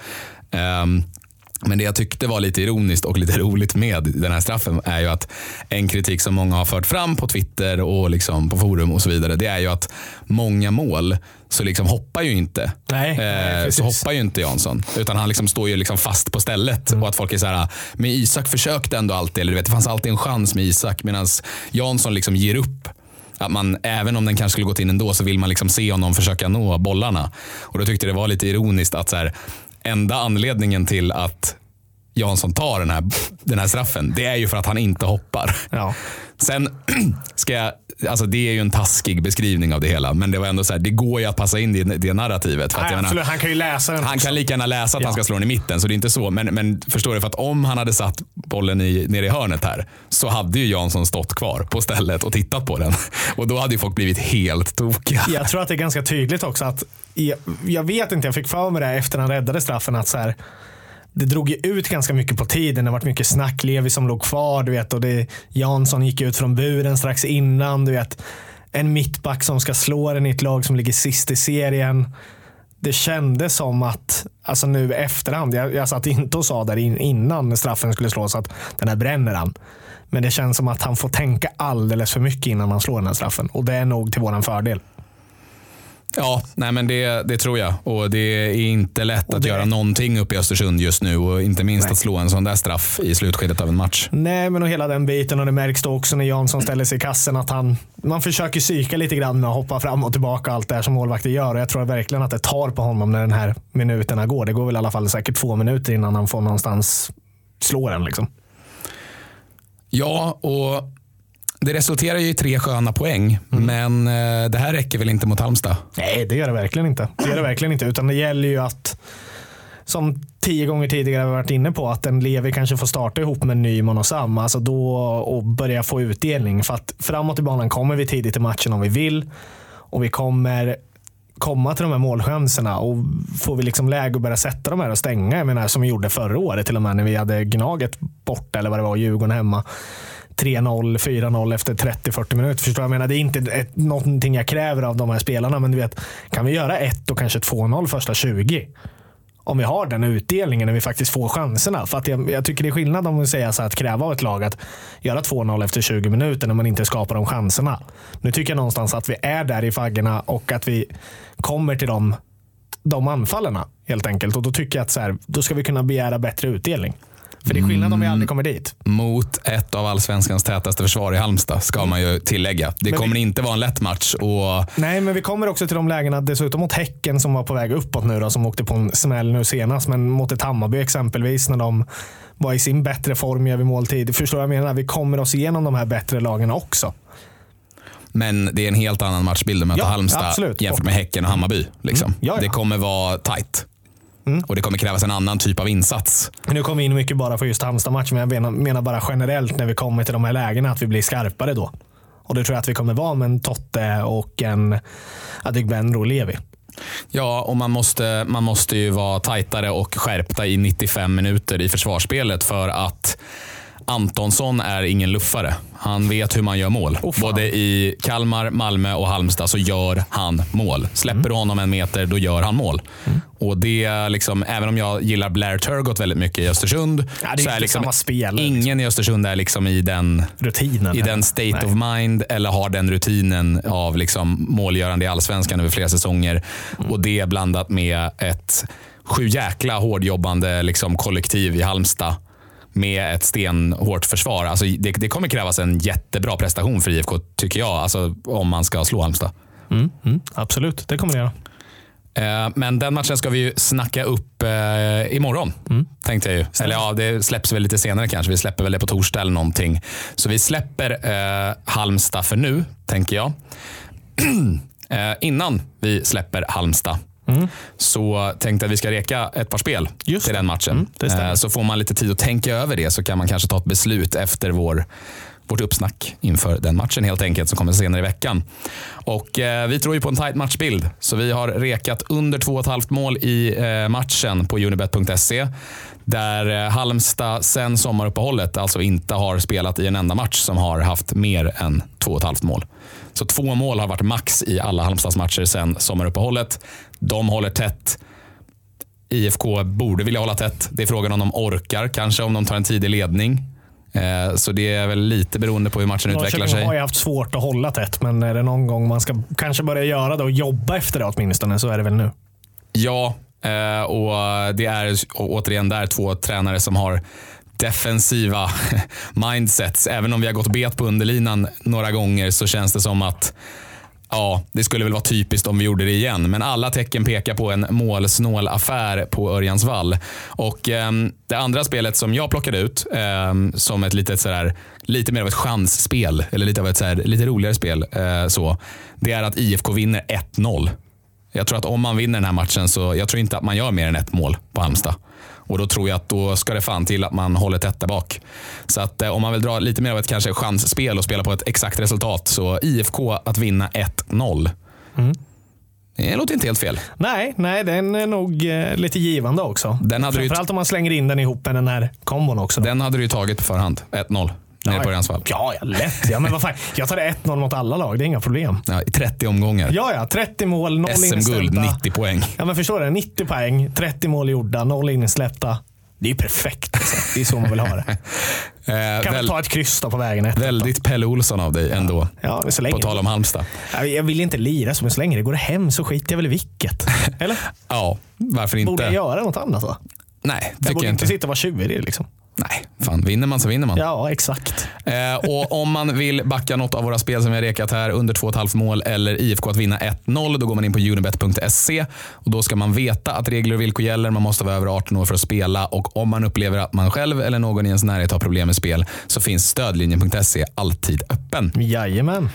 [SPEAKER 2] Um, men det jag tyckte var lite ironiskt och lite roligt med den här straffen är ju att en kritik som många har fört fram på Twitter och liksom på forum och så vidare, det är ju att många mål så liksom hoppar ju inte.
[SPEAKER 3] Nej,
[SPEAKER 2] eh,
[SPEAKER 3] nej,
[SPEAKER 2] så hoppar ju inte Jansson, utan han liksom står ju liksom fast på stället. Mm. Och att folk är så här, men Isak försökte ändå alltid, eller du vet, det fanns alltid en chans med Isak, medan Jansson liksom ger upp. Att man, även om den kanske skulle gått in ändå, så vill man liksom se honom försöka nå bollarna. Och då tyckte det var lite ironiskt att så här, enda anledningen till att Jansson tar den här, den här straffen, det är ju för att han inte hoppar.
[SPEAKER 3] Ja.
[SPEAKER 2] Sen ska jag, alltså det är ju en taskig beskrivning av det hela, men det var ändå så här, det går ju att passa in i det, det narrativet. För att
[SPEAKER 3] Nej,
[SPEAKER 2] jag menar,
[SPEAKER 3] han kan ju läsa den
[SPEAKER 2] Han
[SPEAKER 3] också.
[SPEAKER 2] kan lika gärna läsa att
[SPEAKER 3] ja.
[SPEAKER 2] han ska slå den i mitten, så det är inte så. Men, men förstår du, för att om han hade satt bollen i, nere i hörnet här, så hade ju Jansson stått kvar på stället och tittat på den. Och då hade ju folk blivit helt tokiga.
[SPEAKER 3] Jag tror att det är ganska tydligt också att, jag, jag vet inte, jag fick för mig det efter han räddade straffen, att så här, det drog ju ut ganska mycket på tiden. Det var mycket snack, Levi som låg kvar, du vet, och det, Jansson gick ut från buren strax innan, du vet, en mittback som ska slå den i ett lag som ligger sist i serien. Det kändes som att, alltså nu efterhand, jag, jag satt inte och sa där in, innan straffen skulle slås att den här bränner han. Men det känns som att han får tänka alldeles för mycket innan han slår den här straffen, och det är nog till våran fördel.
[SPEAKER 2] Ja, nej men det, det tror jag. Och det är inte lätt
[SPEAKER 3] och
[SPEAKER 2] att
[SPEAKER 3] det...
[SPEAKER 2] göra någonting upp i Östersund just nu. Och inte minst nej. att slå en sån där straff i slutskedet av en match.
[SPEAKER 3] Nej, men och hela den biten. Och det märks då också när Jansson ställer sig i kassen att han, man försöker psyka lite grann med att hoppa fram och tillbaka, allt det här som målvakter gör. Och jag tror verkligen att det tar på honom när den här minuterna går. Det går väl i alla fall säkert två minuter innan han får någonstans slå den liksom.
[SPEAKER 2] Ja, och det resulterar ju i tre sköna poäng, mm. men eh, det här räcker väl inte mot Halmstad?
[SPEAKER 3] Nej, det gör det verkligen inte. Det gör det verkligen inte, utan det gäller ju att, som tio gånger tidigare har varit inne på, att en Levi kanske får starta ihop med Nyman och Sam, alltså då, och börja få utdelning. För att framåt i banan kommer vi tidigt i matchen om vi vill, och vi kommer komma till de här målchanserna, och får vi liksom läge att börja sätta de här och stänga, jag menar, som vi gjorde förra året till och med när vi hade Gnaget borta, eller vad det var, Djurgården hemma, tre noll, fyra noll efter trettio fyrtio minuter. Förstår jag? Jag menar, det är inte ett, någonting jag kräver av de här spelarna, men du vet, kan vi göra ett och kanske två noll första tjugo? Om vi har den utdelningen när vi faktiskt får chanserna. För att jag, jag tycker det är skillnad om vi säger så här, att kräva av ett lag att göra två noll efter tjugo minuter när man inte skapar de chanserna. Nu tycker jag någonstans att vi är där i faggorna och att vi kommer till de, de anfallarna helt enkelt. Och då tycker jag att så här, då ska vi kunna begära bättre utdelning. För det är skillnad om vi aldrig kommer dit.
[SPEAKER 2] Mot ett av allsvenskans tätaste försvar i Halmstad, ska man ju tillägga. Det men kommer vi... inte vara en lätt match. Och...
[SPEAKER 3] Nej, men vi kommer också till de lägena dessutom mot Häcken som var på väg uppåt nu då, som åkte på en smäll nu senast. Men mot ett Hammarby exempelvis, när de var i sin bättre form över måltid. Förstår jag menar? Vi kommer oss igenom de här bättre lagen också.
[SPEAKER 2] Men det är en helt annan matchbild att möta ja, Halmstad absolut. Jämfört med Häcken och Hammarby. Liksom. Mm. Ja, ja. Det kommer vara tajt. Mm. Och det kommer krävas en annan typ av insats.
[SPEAKER 3] Nu kommer vi in mycket bara för just Halmstad-matchen, men jag menar, menar bara generellt när vi kommer till de här lägena att vi blir skarpare då. Och det tror jag att vi kommer vara med en Totte och en Adegbenro och Levi.
[SPEAKER 2] Ja, och man måste, man måste ju vara tajtare och skärpta i nittiofem minuter i försvarsspelet, för att Antonsson är ingen luffare. Han vet hur man gör mål. Oh, både i Kalmar, Malmö och Halmstad så gör han mål. Släpper mm. du honom en meter, då gör han mål. Mm. Och det liksom, även om jag gillar Blair Turgott väldigt mycket i Östersund,
[SPEAKER 3] ja, det är så är liksom samma spel,
[SPEAKER 2] ingen liksom. I Östersund är liksom i den
[SPEAKER 3] rutinen,
[SPEAKER 2] i den state Nej. of mind, eller har den rutinen av liksom målgörande i allsvenskan över flera säsonger. Mm. Och det blandat med ett sju jäkla hårdjobbande liksom kollektiv i Halmstad med ett stenhårt försvar. Alltså det, det kommer krävas en jättebra prestation för I F K, tycker jag, alltså om man ska slå Halmstad.
[SPEAKER 3] Mm, mm, absolut, det kommer det göra.
[SPEAKER 2] Eh, men den matchen ska vi ju snacka upp eh, imorgon, mm. tänkte jag ju. Eller ja, det släpps väl lite senare kanske. Vi släpper väl det på torsdag eller någonting. Så vi släpper eh, Halmstad för nu, tänker jag. eh, innan vi släpper Halmstad Mm. så tänkte jag att vi ska reka ett par spel Just till den matchen. Mm, så får man lite tid att tänka över det, så kan man kanske ta ett beslut efter vår, vårt uppsnack inför den matchen helt enkelt, som kommer senare i veckan. Och eh, vi tror ju på en tight matchbild, så vi har rekat under två och ett halvt mål i eh, matchen på unibet punkt se, där eh, Halmstad sen sommaruppehållet alltså inte har spelat i en enda match som har haft mer än två och ett halvt mål. Så två mål har varit max i alla Halmstads matcher sen sommaruppehållet. De håller tätt. I F K borde vilja hålla tätt. Det är frågan om de orkar, kanske om de tar en tidig ledning. Eh, så det är väl lite beroende på hur matchen Norrköping utvecklar sig.
[SPEAKER 3] Jag har ju haft svårt att hålla tätt, men är det någon gång man ska kanske börja göra det och jobba efter det åtminstone, så är det väl nu.
[SPEAKER 2] Ja, eh, och det är återigen där två tränare som har defensiva mindsets. Även om vi har gått bet på underlinan några gånger, så känns det som att ja, det skulle väl vara typiskt om vi gjorde det igen. Men alla tecken pekar på en målsnål affär på Örjansvall. Och eh, det andra spelet som jag plockade ut eh, som ett litet sådär, lite mer av ett chansspel, eller lite av ett sådär, lite roligare spel, eh, så, det är att I F K vinner ett noll. Jag tror att om man vinner den här matchen, så jag tror inte att man gör mer än ett mål på Halmstad. Och då tror jag att då ska det fan till att man håller tätt där bak. Så att eh, om man vill dra lite mer av ett kanske chansspel och spela på ett exakt resultat, så I F K att vinna ett noll. Mm. Det låter inte helt fel.
[SPEAKER 3] Nej, nej, den är nog eh, lite givande också. Den hade Framförallt ju... om man slänger in den ihop med den här kombon också. Då.
[SPEAKER 2] Den hade du ju tagit på förhand. ett noll. Nere på Örjansvall.
[SPEAKER 3] Ja, ja, lätt. Ja, men vad fan. Jag tar ett noll mot alla lag, det är inga problem.
[SPEAKER 2] Ja, i trettio omgångar.
[SPEAKER 3] Ja, ja, trettio mål, noll inställda.
[SPEAKER 2] S M-guld, nittio poäng.
[SPEAKER 3] Ja, men förstår du, nittio poäng, trettio mål gjorda, noll insläppta. Det är ju perfekt. Alltså. Det är så man vill ha det. Eh, kan väl, vi ta ett kryss på vägen ett.
[SPEAKER 2] Väldigt då. Pelle Olsson av dig ändå.
[SPEAKER 3] Ja, ja, så länge.
[SPEAKER 2] På tal om Halmstad.
[SPEAKER 3] Jag vill inte lira, så, men så länge det går hem så skiter jag väl i vilket. Eller?
[SPEAKER 2] Ja, varför inte?
[SPEAKER 3] Borde jag göra något annat då?
[SPEAKER 2] Nej, det
[SPEAKER 3] jag
[SPEAKER 2] tycker
[SPEAKER 3] borde
[SPEAKER 2] jag
[SPEAKER 3] inte
[SPEAKER 2] inte
[SPEAKER 3] sitta och vara tjurig liksom.
[SPEAKER 2] Nej, fan, vinner man så vinner man.
[SPEAKER 3] Ja, exakt.
[SPEAKER 2] Eh, och om man vill backa något av våra spel som vi har rekat här, under två och ett halvt mål eller I F K att vinna ett noll, då går man in på unibet punkt se, och då ska man veta att regler och villkor gäller. Man måste vara över arton år för att spela, och om man upplever att man själv eller någon i ens närhet har problem med spel, så finns stödlinjen punkt se alltid öppen.
[SPEAKER 3] Jajamän.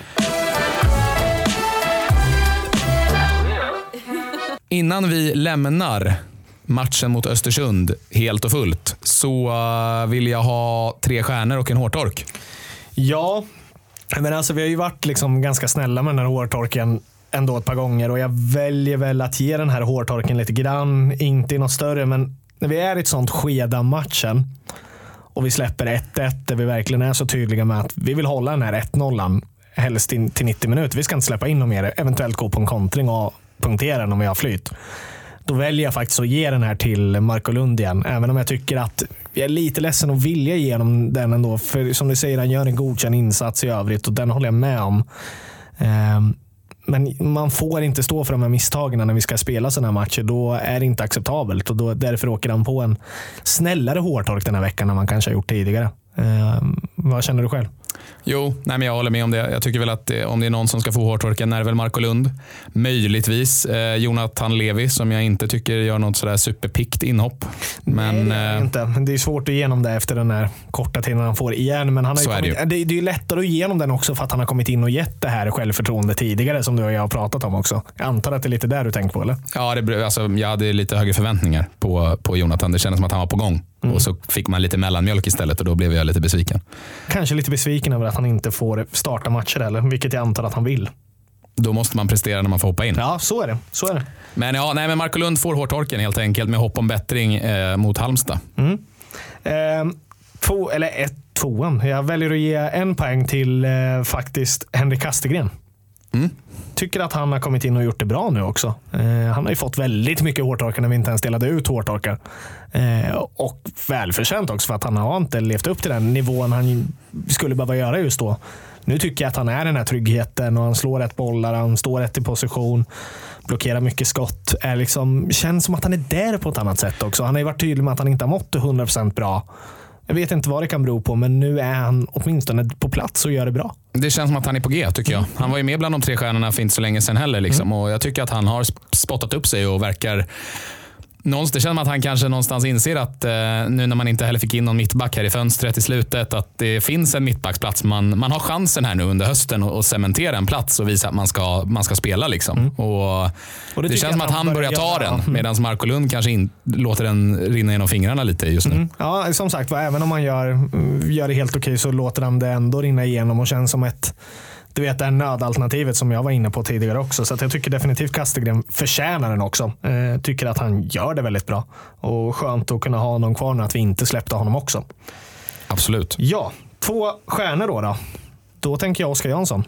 [SPEAKER 2] Innan vi lämnar matchen mot Östersund helt och fullt, så vill jag ha tre stjärnor och en hårtork.
[SPEAKER 3] Ja, men alltså vi har ju varit liksom ganska snälla med den här hårtorken ändå ett par gånger, och jag väljer väl att ge den här hårtorken lite grann, inte i något större, men när vi är i ett sånt skede av matchen och vi släpper ett ett, där vi verkligen är så tydliga med att vi vill hålla den här ett noll helst in till nittio minuter. Vi ska inte släppa in något mer, eventuellt gå på en kontring och punktera den om vi har flyt. Då väljer jag faktiskt att ge den här till Marco Lund igen. Även om jag tycker att jag är lite ledsen att vilja igenom den ändå. För som du säger, han gör en godkänd insats i övrigt, och den håller jag med om. Men man får inte stå för de här misstagen när vi ska spela sådana här matcher. Då är det inte acceptabelt och då, därför åker han på en snällare hårtork den här veckan än man kanske har gjort tidigare. Eh, vad känner du själv?
[SPEAKER 2] Jo, nej men jag håller med om det. Jag tycker väl att det, om det är någon som ska få hårtorken är det väl Marco Lund. Möjligtvis eh, Jonathan Levi som jag inte tycker gör något sådär superpikt inhopp. Men,
[SPEAKER 3] nej, det är
[SPEAKER 2] eh,
[SPEAKER 3] inte. Men det är svårt att ge honom det efter den här korta tiden han får igen. Men han har ju kommit, det, det är ju lättare att ge honom den också för att han har kommit in och gett det här självförtroende tidigare som du och jag har pratat om också. Jag antar att det är lite där du tänker på, eller?
[SPEAKER 2] Ja, det, alltså, jag hade lite högre förväntningar på, på Jonathan. Det kändes som att han var på gång. Mm. Och så fick man lite mellanmjölk istället och då blev jag lite besviken.
[SPEAKER 3] Kanske lite besviken över att han inte får starta matcher eller, vilket jag antar att han vill.
[SPEAKER 2] Då måste man prestera när man får hoppa in.
[SPEAKER 3] Ja, så är det. Så är det.
[SPEAKER 2] Men ja, nej, men Marco Lund får hårtorken helt enkelt med hopp om bättring eh, mot Halmstad.
[SPEAKER 3] Mm. Eh, två, eller ett, tvåan. Jag väljer att ge en poäng till eh, faktiskt Henrik Kastegren.
[SPEAKER 2] Mm.
[SPEAKER 3] Tycker att han har kommit in och gjort det bra nu också. Eh, han har ju fått väldigt mycket hårtorkar när vi inte ens delade ut hårtorkar. Eh, och välförtjänt också för att han har inte levt upp till den nivån han skulle behöva göra just då. Nu tycker jag att han är den här tryggheten och han slår rätt bollar, han står rätt i position, blockerar mycket skott. Är liksom, känns som att han är där på ett annat sätt också. Han har ju varit tydlig med att han inte har mått hundra procent bra. Jag vet inte vad det kan bero på, men nu är han åtminstone på plats och gör det bra.
[SPEAKER 2] Det känns som att han är på G, tycker jag. Han var ju med bland de tre stjärnorna för inte så länge sedan heller. Liksom. Mm. Och jag tycker att han har spottat upp sig och verkar... Någonstans, det känns som att han kanske någonstans inser att eh, nu när man inte heller fick in någon mittback här i fönstret i slutet, att det finns en mittbacksplats. Man, man har chansen här nu under hösten att cementera en plats och visa att man ska, man ska spela. Liksom. Mm. Och, och det, det känns som att han börjar ta den, mm. medan Marco Lund kanske in, låter den rinna genom fingrarna lite just nu. Mm.
[SPEAKER 3] Ja, som sagt, även om man gör, gör det helt okej så låter han det ändå rinna igenom och känns som ett du vet, det är nödalternativet som jag var inne på tidigare också. Så att jag tycker definitivt Kastegren förtjänar den också. Eh, tycker att han gör det väldigt bra. Och skönt att kunna ha honom kvar när att vi inte släppte honom också.
[SPEAKER 2] Absolut.
[SPEAKER 3] Ja, två stjärnor då då. Då tänker jag Oskar Jansson.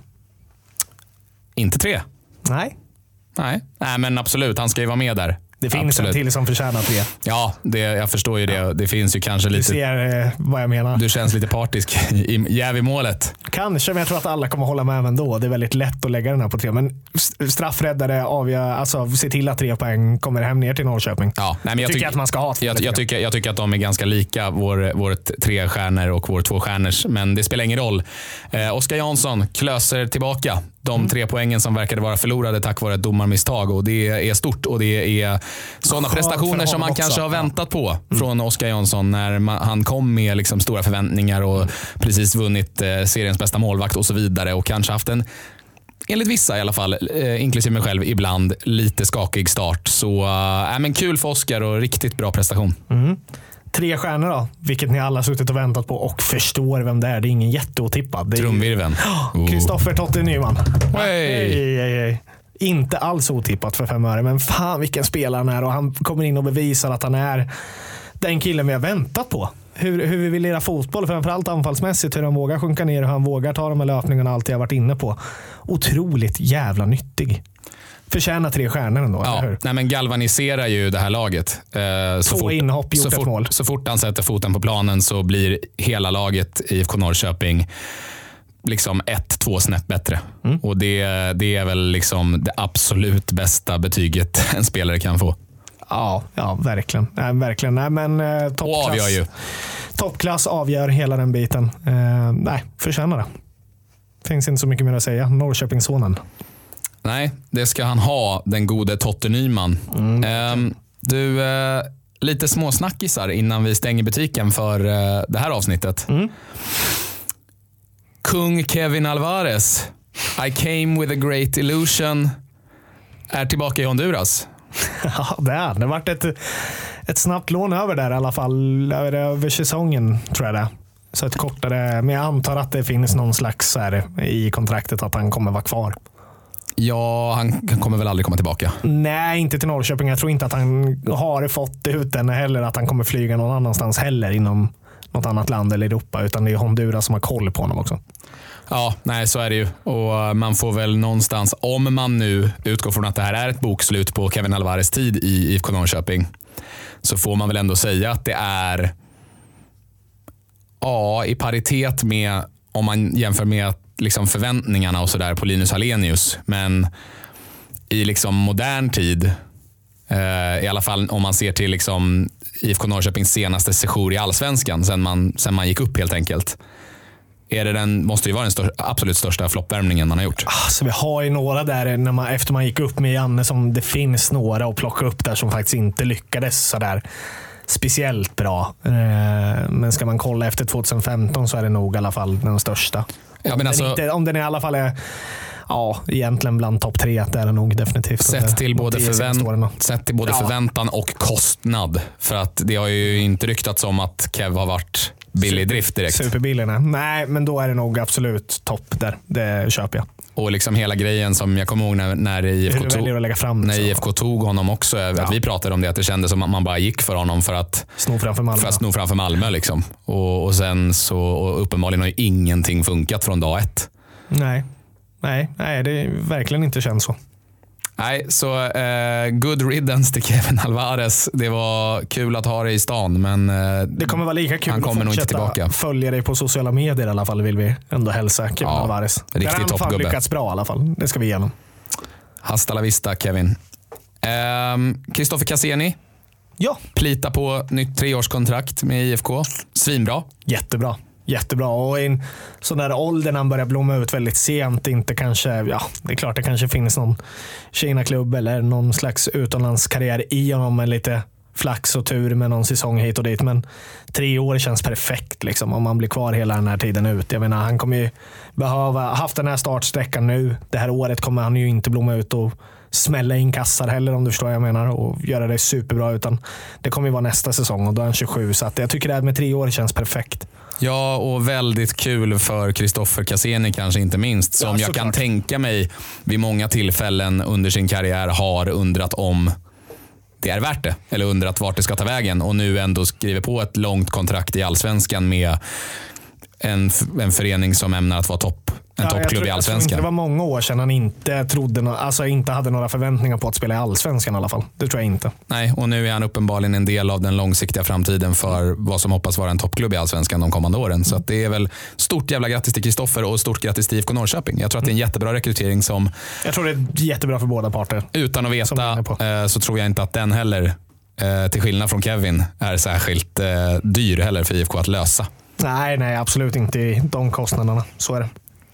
[SPEAKER 2] Inte tre?
[SPEAKER 3] Nej.
[SPEAKER 2] Nej, Nej men absolut. Han ska ju vara med där.
[SPEAKER 3] Det finns absolut en till som förtjänar tre.
[SPEAKER 2] Ja, det, jag förstår ju det. Ja. Det finns ju kanske lite...
[SPEAKER 3] Du ser eh, vad jag menar.
[SPEAKER 2] Du känns lite partisk i jäv i målet.
[SPEAKER 3] Kanske, men jag tror att alla kommer hålla med även då. Det är väldigt lätt att lägga den här på tre. Men straffräddare avgör, alltså se till att tre poäng kommer hem ner till Norrköping.
[SPEAKER 2] Ja, nej, men jag,
[SPEAKER 3] jag tycker
[SPEAKER 2] tyck,
[SPEAKER 3] att man ska ha två.
[SPEAKER 2] Jag, jag, tycker, jag tycker att de är ganska lika, vår, vår tre stjärnor och vår två stjärnors. Men det spelar ingen roll. Eh, Oskar Jansson klöser tillbaka de mm. tre poängen som verkade vara förlorade tack vare ett domarmisstag. Och det är stort och det är sådana prestationer som man också kanske har väntat på mm. från Oskar Jansson när man, han kom med liksom stora förväntningar och precis vunnit eh, seriens bästa målvakt och så vidare och kanske haft en, enligt vissa i alla fall, eh, inklusive mig själv, ibland lite skakig start. Så äh, men kul för Oskar och riktigt bra prestation.
[SPEAKER 3] Mm. Tre stjärnor då, vilket ni alla suttit och väntat på och förstår vem det är. Det är ingen jätteotippad.
[SPEAKER 2] Trumvirven.
[SPEAKER 3] Kristoffer Totte Nyman.
[SPEAKER 2] Hey.
[SPEAKER 3] Hej, hej, hej. Inte alls otippat för fem öre, men fan vilken spelare han är och han kommer in och bevisar att han är den killen vi har väntat på. Hur, hur vi vill lira fotboll, framförallt anfallsmässigt, hur han vågar sjunka ner, hur han vågar ta de här löpningarna och allt jag har varit inne på. Otroligt jävla nyttig. Förtjänar tre stjärnor ändå,
[SPEAKER 2] ja,
[SPEAKER 3] eller hur?
[SPEAKER 2] Nej, men galvaniserar ju det här laget. Eh, så
[SPEAKER 3] Två
[SPEAKER 2] fort,
[SPEAKER 3] inhopp, gjort
[SPEAKER 2] så
[SPEAKER 3] ett
[SPEAKER 2] fort,
[SPEAKER 3] mål.
[SPEAKER 2] Så fort han sätter foten på planen så blir hela laget i I F K Norrköping liksom ett, två snäpp bättre. Mm. Och det, det är väl liksom det absolut bästa betyget en spelare kan få.
[SPEAKER 3] Ja, ja verkligen. Nej, verkligen. Nej, men eh, toppklass.
[SPEAKER 2] Och avgör ju.
[SPEAKER 3] Toppklass avgör hela den biten. Eh, nej, förtjänar det. Finns inte så mycket mer att säga. Norrköpingssonen.
[SPEAKER 2] Nej, det ska han ha, den gode Totte Nyman. Mm. Eh, du, eh, lite småsnackisar innan vi stänger butiken för eh, det här avsnittet. Mm. Kung Kevin Alvarez, I came with a great illusion, är tillbaka i Honduras.
[SPEAKER 3] Ja, det är. Det har varit ett, ett snabbt lån över där i alla fall. Över, över säsongen tror jag det. Så ett kortare, men jag antar att det finns någon slags här, i kontraktet att han kommer vara kvar.
[SPEAKER 2] Ja, han kommer väl aldrig komma tillbaka.
[SPEAKER 3] Nej, inte till Norrköping. Jag tror inte att han har fått ut den heller, att han kommer flyga någon annanstans heller inom något annat land eller Europa, utan det är Honduras som har koll på honom också.
[SPEAKER 2] Ja, nej så är det ju. Och man får väl någonstans, om man nu utgår från att det här är ett bokslut på Kevin Alvarez tid i I F K Norrköping, så får man väl ändå säga att det är ja, i paritet med, om man jämför med att liksom förväntningarna och sådär på Linus Hallenius. Men i liksom modern tid, eh, i alla fall om man ser till liksom I F K Norrköpings senaste sejour i Allsvenskan sen man, sen man gick upp helt enkelt. Är det den, måste ju vara den stör, absolut största floppvärmningen man har gjort.
[SPEAKER 3] Alltså, vi har ju några där när man, efter man gick upp med Janne, som det finns några att plocka upp där som faktiskt inte lyckades sådär speciellt bra. Men ska man kolla efter tjugohundrafemton så är det nog i alla fall den största.
[SPEAKER 2] Ja, men alltså,
[SPEAKER 3] den inte, om den i alla fall är ja, egentligen bland topp tre, det är det nog definitivt.
[SPEAKER 2] Sett till både, förvänt, sett till både
[SPEAKER 3] ja.
[SPEAKER 2] förväntan och kostnad. För att det har ju inte ryktats om att Kev har varit billig drift direkt.
[SPEAKER 3] Superbillig, nej. nej, men då är det nog absolut topp där. Det köper jag.
[SPEAKER 2] Och liksom hela grejen som jag kommer ihåg när, när, I F K, tog,
[SPEAKER 3] att lägga fram,
[SPEAKER 2] när I F K tog honom också. Att ja. vi pratade om det, att det kändes som att man bara gick för honom för att
[SPEAKER 3] sno framför Malmö.
[SPEAKER 2] För att sno framför Malmö liksom. och, och sen så och uppenbarligen har ju ingenting funkat från dag ett.
[SPEAKER 3] Nej, nej, nej det är verkligen inte känns så.
[SPEAKER 2] Nej, så eh, good riddance till Kevin Alvarez. Det var kul att ha dig i stan, men eh,
[SPEAKER 3] det kommer vara lika kul
[SPEAKER 2] han kommer
[SPEAKER 3] att
[SPEAKER 2] nog inte tillbaka.
[SPEAKER 3] Följa dig på sociala medier i alla fall, vill vi ändå hälsa Kevin
[SPEAKER 2] ja,
[SPEAKER 3] Alvarez.
[SPEAKER 2] Riktigt toppgubbe.
[SPEAKER 3] Han har lyckats bra i alla fall. Det ska vi igenom.
[SPEAKER 2] Hasta la vista, Kevin. Kristoffer eh, Cassini.
[SPEAKER 3] Ja.
[SPEAKER 2] Plita på nytt treårskontrakt med I F K. Svinbra.
[SPEAKER 3] Jättebra. Jättebra, och i en sån där ålder när han börjar blomma ut väldigt sent, inte kanske, ja, det är klart det kanske finns någon Kina-klubb eller någon slags utomlandskarriär i honom med lite flax och tur med någon säsong hit och dit, men tre år känns perfekt liksom, om man blir kvar hela den här tiden ut. Jag menar, han kommer ju behöva haft den här startsträckan nu. Det här året kommer han ju inte blomma ut och smälla in kassar heller, om du förstår vad jag menar, och göra det superbra, utan det kommer ju vara nästa säsong och då är han tjugosju, så att jag tycker det här med tre år känns perfekt.
[SPEAKER 2] Ja, och väldigt kul för Kristoffer Cassini kanske inte minst, som ja, jag kan tänka mig vid många tillfällen under sin karriär har undrat om det är värt det, eller undrat vart det ska ta vägen, och nu ändå skriver på ett långt kontrakt i Allsvenskan med en, en förening som ämnar att vara topp, en ja, toppklubb i Allsvenskan.
[SPEAKER 3] Det var många år sedan han inte trodde no- alltså inte hade några förväntningar på att spela i Allsvenskan i alla fall. Det tror jag inte.
[SPEAKER 2] Nej, och nu är han uppenbarligen en del av den långsiktiga framtiden för vad som hoppas vara en toppklubb i Allsvenskan de kommande åren. Så att det är väl stort jävla grattis till Kristoffer och stort grattis till I F K Norrköping. Jag tror att det är en jättebra rekrytering som...
[SPEAKER 3] Jag tror det är jättebra för båda parter.
[SPEAKER 2] Utan att veta eh, så tror jag inte att den heller, eh, till skillnad från Kevin, är särskilt eh, dyr heller för I F K att lösa.
[SPEAKER 3] Nej, nej, absolut inte i de kostnaderna. Så är det.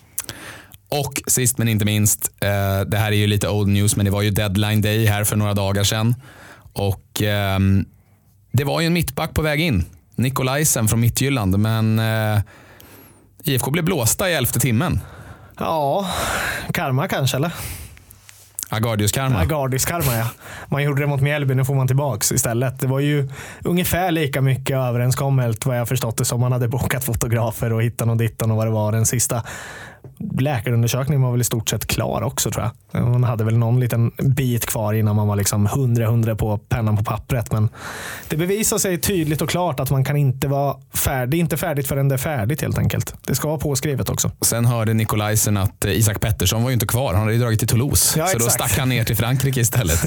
[SPEAKER 2] Och sist men inte minst, eh, det här är ju lite old news, men det var ju deadline day här för några dagar sedan. Och eh, det var ju en mittback på väg in. Nikolajsen från Midtjylland, men eh, I F K blev blåsta i elfte timmen.
[SPEAKER 3] Ja, karma kanske, eller?
[SPEAKER 2] Agardius karma.
[SPEAKER 3] Agardius karma, ja. Man gjorde det mot Mjällby, nu får man tillbaks istället. Det var ju ungefär lika mycket överenskommet, vad jag förstått det, som man hade bokat fotografer och hittan och dittan och vad det var. Den sista läkarundersökningen var väl i stort sett klar också, tror jag. Man hade väl någon liten bit kvar innan man var liksom hundra hundra på pennan på pappret, men det bevisar sig tydligt och klart att man kan inte vara färdig, inte färdigt förrän det är färdigt helt enkelt. Det ska vara påskrivet också.
[SPEAKER 2] Sen hörde Nikolajsen att Isak Pettersson var ju inte kvar, han hade ju dragit till Toulouse, ja, så exakt. Då stack han ner till Frankrike istället.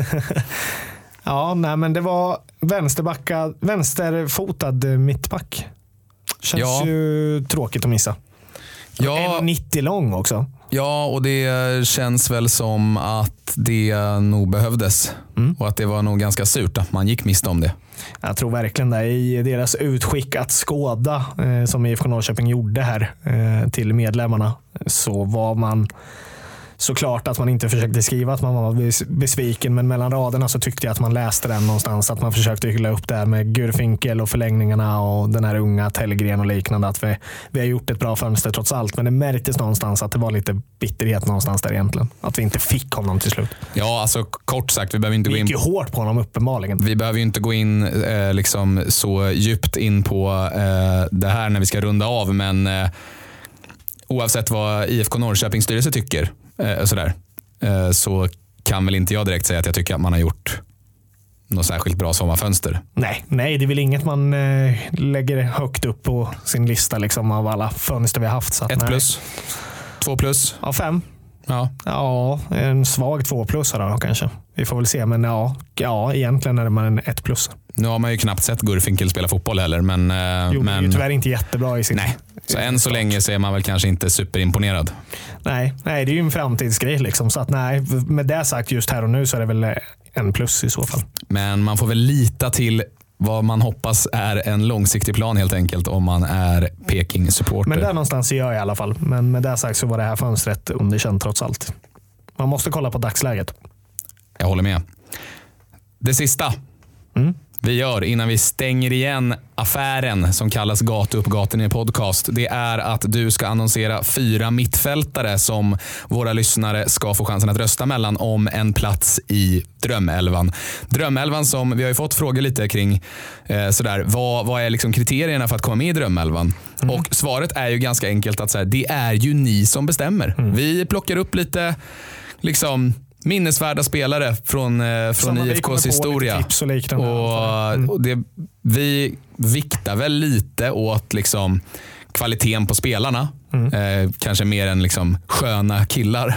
[SPEAKER 3] Ja, nej, men det var vänsterbacka, vänsterfotad mittback. Känns ja. ju tråkigt att missa. Ja, en nittio lång också.
[SPEAKER 2] Ja, och det känns väl som att det nog behövdes. Mm. Och att det var nog ganska surt att man gick miste om det.
[SPEAKER 3] Jag tror verkligen det. I deras utskick att skåda, eh, som I F K Norrköping gjorde här eh, till medlemmarna, så var man såklart att man inte försökte skriva att man var besviken, men mellan raderna så tyckte jag att man läste den någonstans, att man försökte hylla upp det här med Gurfinkel och förlängningarna och den här unga Tellgren och liknande, att vi, vi har gjort ett bra fönster trots allt, men det märktes någonstans att det var lite bitterhet någonstans där egentligen, att vi inte fick honom till slut.
[SPEAKER 2] Ja, alltså kort sagt, vi behöver inte
[SPEAKER 3] vi
[SPEAKER 2] gå in...
[SPEAKER 3] gick ju hårt på honom uppenbarligen.
[SPEAKER 2] Vi behöver ju inte gå in eh, liksom så djupt in på eh, det här när vi ska runda av, men eh, oavsett vad I F K Norrköpings styrelse tycker Eh, sådär, eh, så kan väl inte jag direkt säga att jag tycker att man har gjort något särskilt bra sommarfönster.
[SPEAKER 3] Nej, nej, det är väl inget man eh, lägger högt upp på sin lista liksom, av alla fönster vi har haft. Så att,
[SPEAKER 2] Ett
[SPEAKER 3] nej.
[SPEAKER 2] plus? Två plus?
[SPEAKER 3] Ja, fem.
[SPEAKER 2] Ja.
[SPEAKER 3] Ja, en svag två plus då kanske. Vi får väl se, men ja, ja egentligen är man en ett plus.
[SPEAKER 2] Nu har man ju knappt sett Gurfinkel spela fotboll heller. Men,
[SPEAKER 3] jo,
[SPEAKER 2] men...
[SPEAKER 3] är ju tyvärr inte jättebra i sitt...
[SPEAKER 2] Nej, så än så länge så är man väl kanske inte superimponerad.
[SPEAKER 3] Nej, nej, det är ju en framtidsgrej liksom. Så att nej, med det sagt just här och nu så är det väl en plus i så fall.
[SPEAKER 2] Men man får väl lita till vad man hoppas är en långsiktig plan helt enkelt om man är Peking-supporter.
[SPEAKER 3] Men där någonstans gör jag i alla fall. Men med det sagt så var det här fönstret underkänt trots allt. Man måste kolla på dagsläget.
[SPEAKER 2] Jag håller med. Det sista mm. vi gör innan vi stänger igen affären som kallas Gatu upp gaten i podcast, det är att du ska annonsera fyra mittfältare som våra lyssnare ska få chansen att rösta mellan om en plats i Drömelvan. Drömelvan som vi har ju fått frågor lite kring eh, sådär, vad, vad är liksom kriterierna för att komma med i Drömelvan? Mm. Och svaret är ju ganska enkelt att så här, det är ju ni som bestämmer. Mm. Vi plockar upp lite liksom minnesvärda spelare från, eh, från I F K:s historia. Och, och, mm. och det, vi viktar väl lite åt liksom kvaliteten på spelarna. Mm. Eh, kanske mer än liksom sköna killar.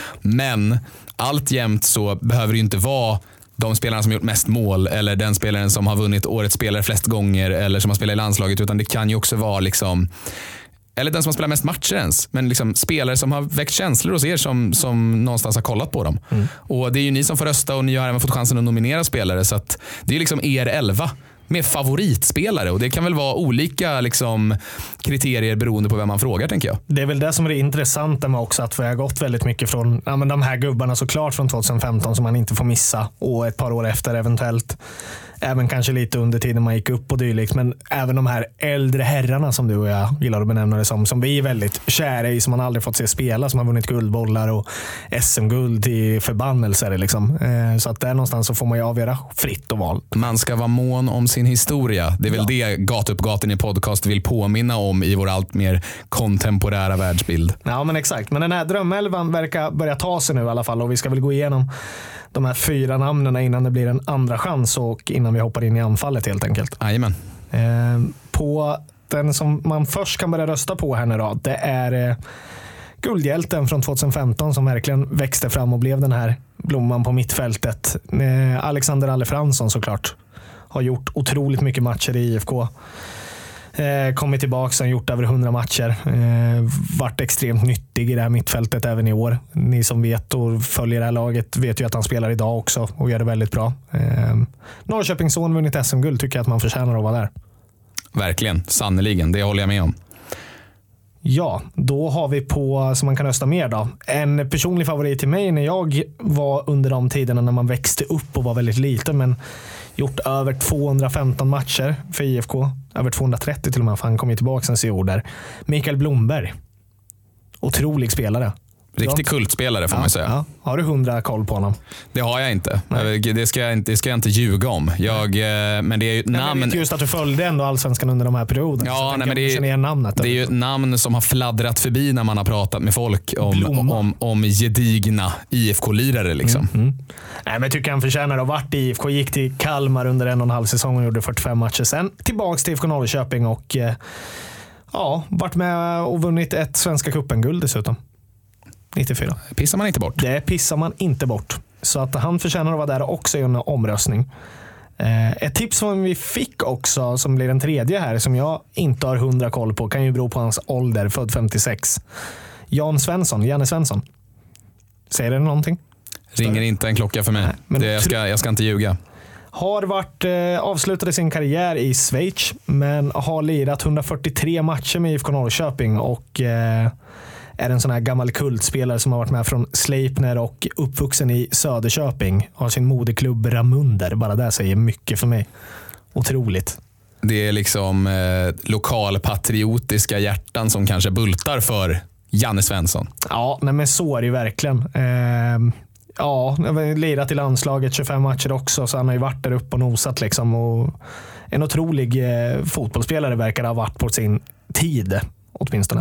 [SPEAKER 2] Men alltjämt så behöver det ju inte vara de spelarna som gjort mest mål eller den spelaren som har vunnit årets spelare flest gånger eller som har spelat i landslaget, utan det kan ju också vara liksom, eller den som har spelat mest matcher ens, men liksom spelare som har väckt känslor hos er som, som någonstans har kollat på dem. Mm. Och det är ju ni som får rösta och ni har även fått chansen att nominera spelare, så att det är liksom er elva med favoritspelare, och det kan väl vara olika liksom kriterier beroende på vem man frågar, tänker jag.
[SPEAKER 3] Det är väl det som är det intressanta med också, att vi har gått väldigt mycket från ja, men de här gubbarna såklart från tjugohundrafemton som man inte får missa, och ett par år efter eventuellt även kanske lite under tiden man gick upp och dylikt, men även de här äldre herrarna som du och jag gillar att benämna det som, som vi är väldigt kära i, som man aldrig fått se spela, som har vunnit guldbollar och S M-guld i förbannelser liksom. eh, så att där någonstans så får man ju avgöra fritt och valt.
[SPEAKER 2] Man ska vara mån om sin historia. Det är väl ja. det Gatu upp gaten i podcast vill påminna om i vår allt mer kontemporära världsbild.
[SPEAKER 3] Ja, men exakt. Men den här drömelvan verkar börja ta sig nu i alla fall, och vi ska väl gå igenom de här fyra namnen innan det blir en andra chans och innan vi hoppar in i anfallet helt enkelt.
[SPEAKER 2] Jajamän.
[SPEAKER 3] Eh, på den som man först kan börja rösta på här nu då, det är eh, guldhjälten från tjugohundrafemton som verkligen växte fram och blev den här blomman på mittfältet. Eh, Alexander Alle Fransson såklart. Har gjort otroligt mycket matcher i I F K. Eh, kommit tillbaka och gjort över hundra matcher. Eh, varit extremt nyttig i det här mittfältet även i år. Ni som vet och följer det här laget vet ju att han spelar idag också och gör det väldigt bra. Eh, Norrköpingsson vunnit S M-guld, tycker jag att man förtjänar att vara där.
[SPEAKER 2] Verkligen, sannoliken. Det håller jag med om.
[SPEAKER 3] Ja, då har vi på, som man kan rösta mer då, en personlig favorit till mig när jag var under de tiderna när man växte upp och var väldigt liten, men gjort över tvåhundrafemton matcher för I F K, över tvåhundratrettio till och med, för han kom ju tillbaka sen i år där. Mikael Blomberg, otrolig spelare.
[SPEAKER 2] Riktig kultspelare får
[SPEAKER 3] ja,
[SPEAKER 2] man säga. Ja.
[SPEAKER 3] Har du hundra koll på honom?
[SPEAKER 2] Det har jag inte. Det ska jag inte, det ska jag inte ljuga om. Jag, men det är ju ett namn...
[SPEAKER 3] Jag vet just att du följde ändå Allsvenskan under de här perioderna.
[SPEAKER 2] Ja, nej, men det, är, namnet, det är ju ett namn som har fladdrat förbi när man har pratat med folk om, om, om, om gedigna I F K-lirare. Liksom. Mm, mm.
[SPEAKER 3] Nej, men jag tycker han förtjänar att ha varit i I F K. Gick till Kalmar under en och en halv säsong och gjorde fyrtiofem matcher. Sen tillbaks till I F K Norrköping och ja, varit med och vunnit ett Svenska cupen-guld dessutom. nittiofyra.
[SPEAKER 2] Pissar man inte bort.
[SPEAKER 3] Det pissar man inte bort. Så att han förtjänar att vara där också i en omröstning. Eh, ett tips som vi fick också, som blir den tredje här, som jag inte har hundra koll på, kan ju bero på hans ålder, född femtiosex. Jan Svensson, Janne Svensson. Säger det någonting?
[SPEAKER 2] Ringer Större. Inte en klocka för mig. Nej, men det, jag, ska, jag ska inte ljuga.
[SPEAKER 3] Har varit, eh, avslutade sin karriär i Schweiz, men har lirat hundrafyrtiotre matcher med I F K Norrköping och eh, är en sån här gammal kultspelare som har varit med från Sleipner och uppvuxen i Söderköping. Har sin moderklubb Ramunder. Bara det säger mycket för mig. Otroligt.
[SPEAKER 2] Det är liksom eh, lokalpatriotiska hjärtan som kanske bultar för Janne Svensson.
[SPEAKER 3] Ja, nej, men så är det ju verkligen. Eh, ja, jag har lirat i landslaget tjugofem matcher också, så han har ju varit där uppe och nosat liksom. Och en otrolig eh, fotbollsspelare verkar ha varit på sin tid, åtminstone.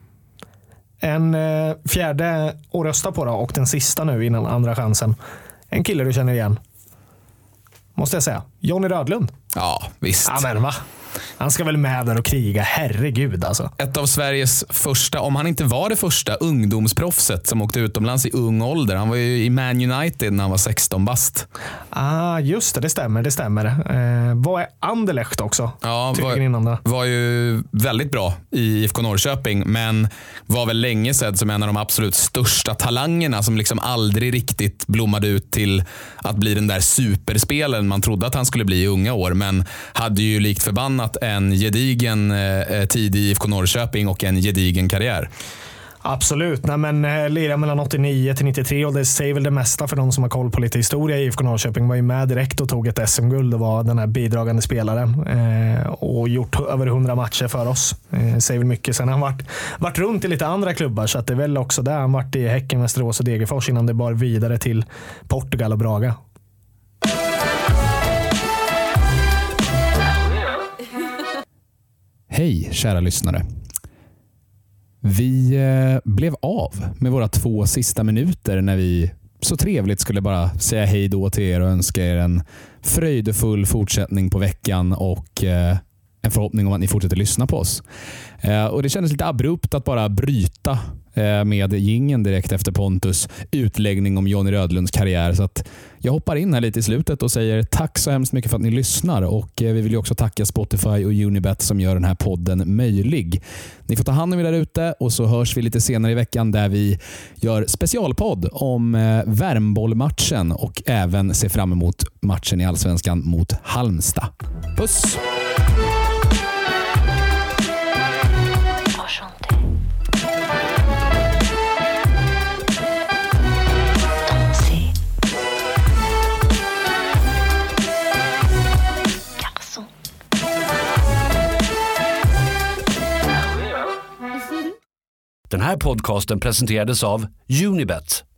[SPEAKER 3] En eh, fjärde att rösta på då, och den sista nu innan andra chansen. En kille du känner igen, måste jag säga. Johnny Rödlund.
[SPEAKER 2] Ja, visst.
[SPEAKER 3] Ja, men va? Han ska väl med där och kriga, herregud alltså.
[SPEAKER 2] Ett av Sveriges första, om han inte var det första, ungdomsproffset som åkte utomlands i ung ålder. Han var ju i Man United när han var sexton bast.
[SPEAKER 3] Ah, just det, det stämmer, det stämmer. Eh, vad är Anderlecht också?
[SPEAKER 2] Ja, var, innan det. var ju väldigt bra i I F K Norrköping, men var väl länge sedd som en av de absolut största talangerna som liksom aldrig riktigt blommade ut till att bli den där superspelaren man trodde att han skulle bli i unga år, men hade ju likt förbannat en gedigen eh, tid i I F K Norrköping och en gedigen karriär.
[SPEAKER 3] Absolut, nej men eh, lira mellan åttionio till nittiotre och det säger väl det mesta för de som har koll på lite historia i I F K Norrköping. Var ju med direkt och tog ett S M-guld och var den här bidragande spelaren eh, och gjort över hundra matcher för oss. Eh, säger väl mycket. Sen har han varit, varit runt i lite andra klubbar, så att det är väl också där han varit i Häcken, Västerås och Degerfors innan det bar vidare till Portugal och Braga.
[SPEAKER 2] Hej kära lyssnare. Vi blev av med våra två sista minuter när vi så trevligt skulle bara säga hej då till er och önska er en fröjdefull fortsättning på veckan och en förhoppning om att ni fortsätter lyssna på oss. Och det kändes lite abrupt att bara bryta med jingeln direkt efter Pontus utläggning om Johnny Rödlunds karriär, så att jag hoppar in här lite i slutet och säger tack så hemskt mycket för att ni lyssnar, och vi vill ju också tacka Spotify och Unibet som gör den här podden möjlig. Ni får ta hand om er där ute och så hörs vi lite senare i veckan där vi gör specialpodd om Värmbollmatchen och även ser fram emot matchen i Allsvenskan mot Halmstad. Puss!
[SPEAKER 1] Den här podcasten presenterades av Unibet,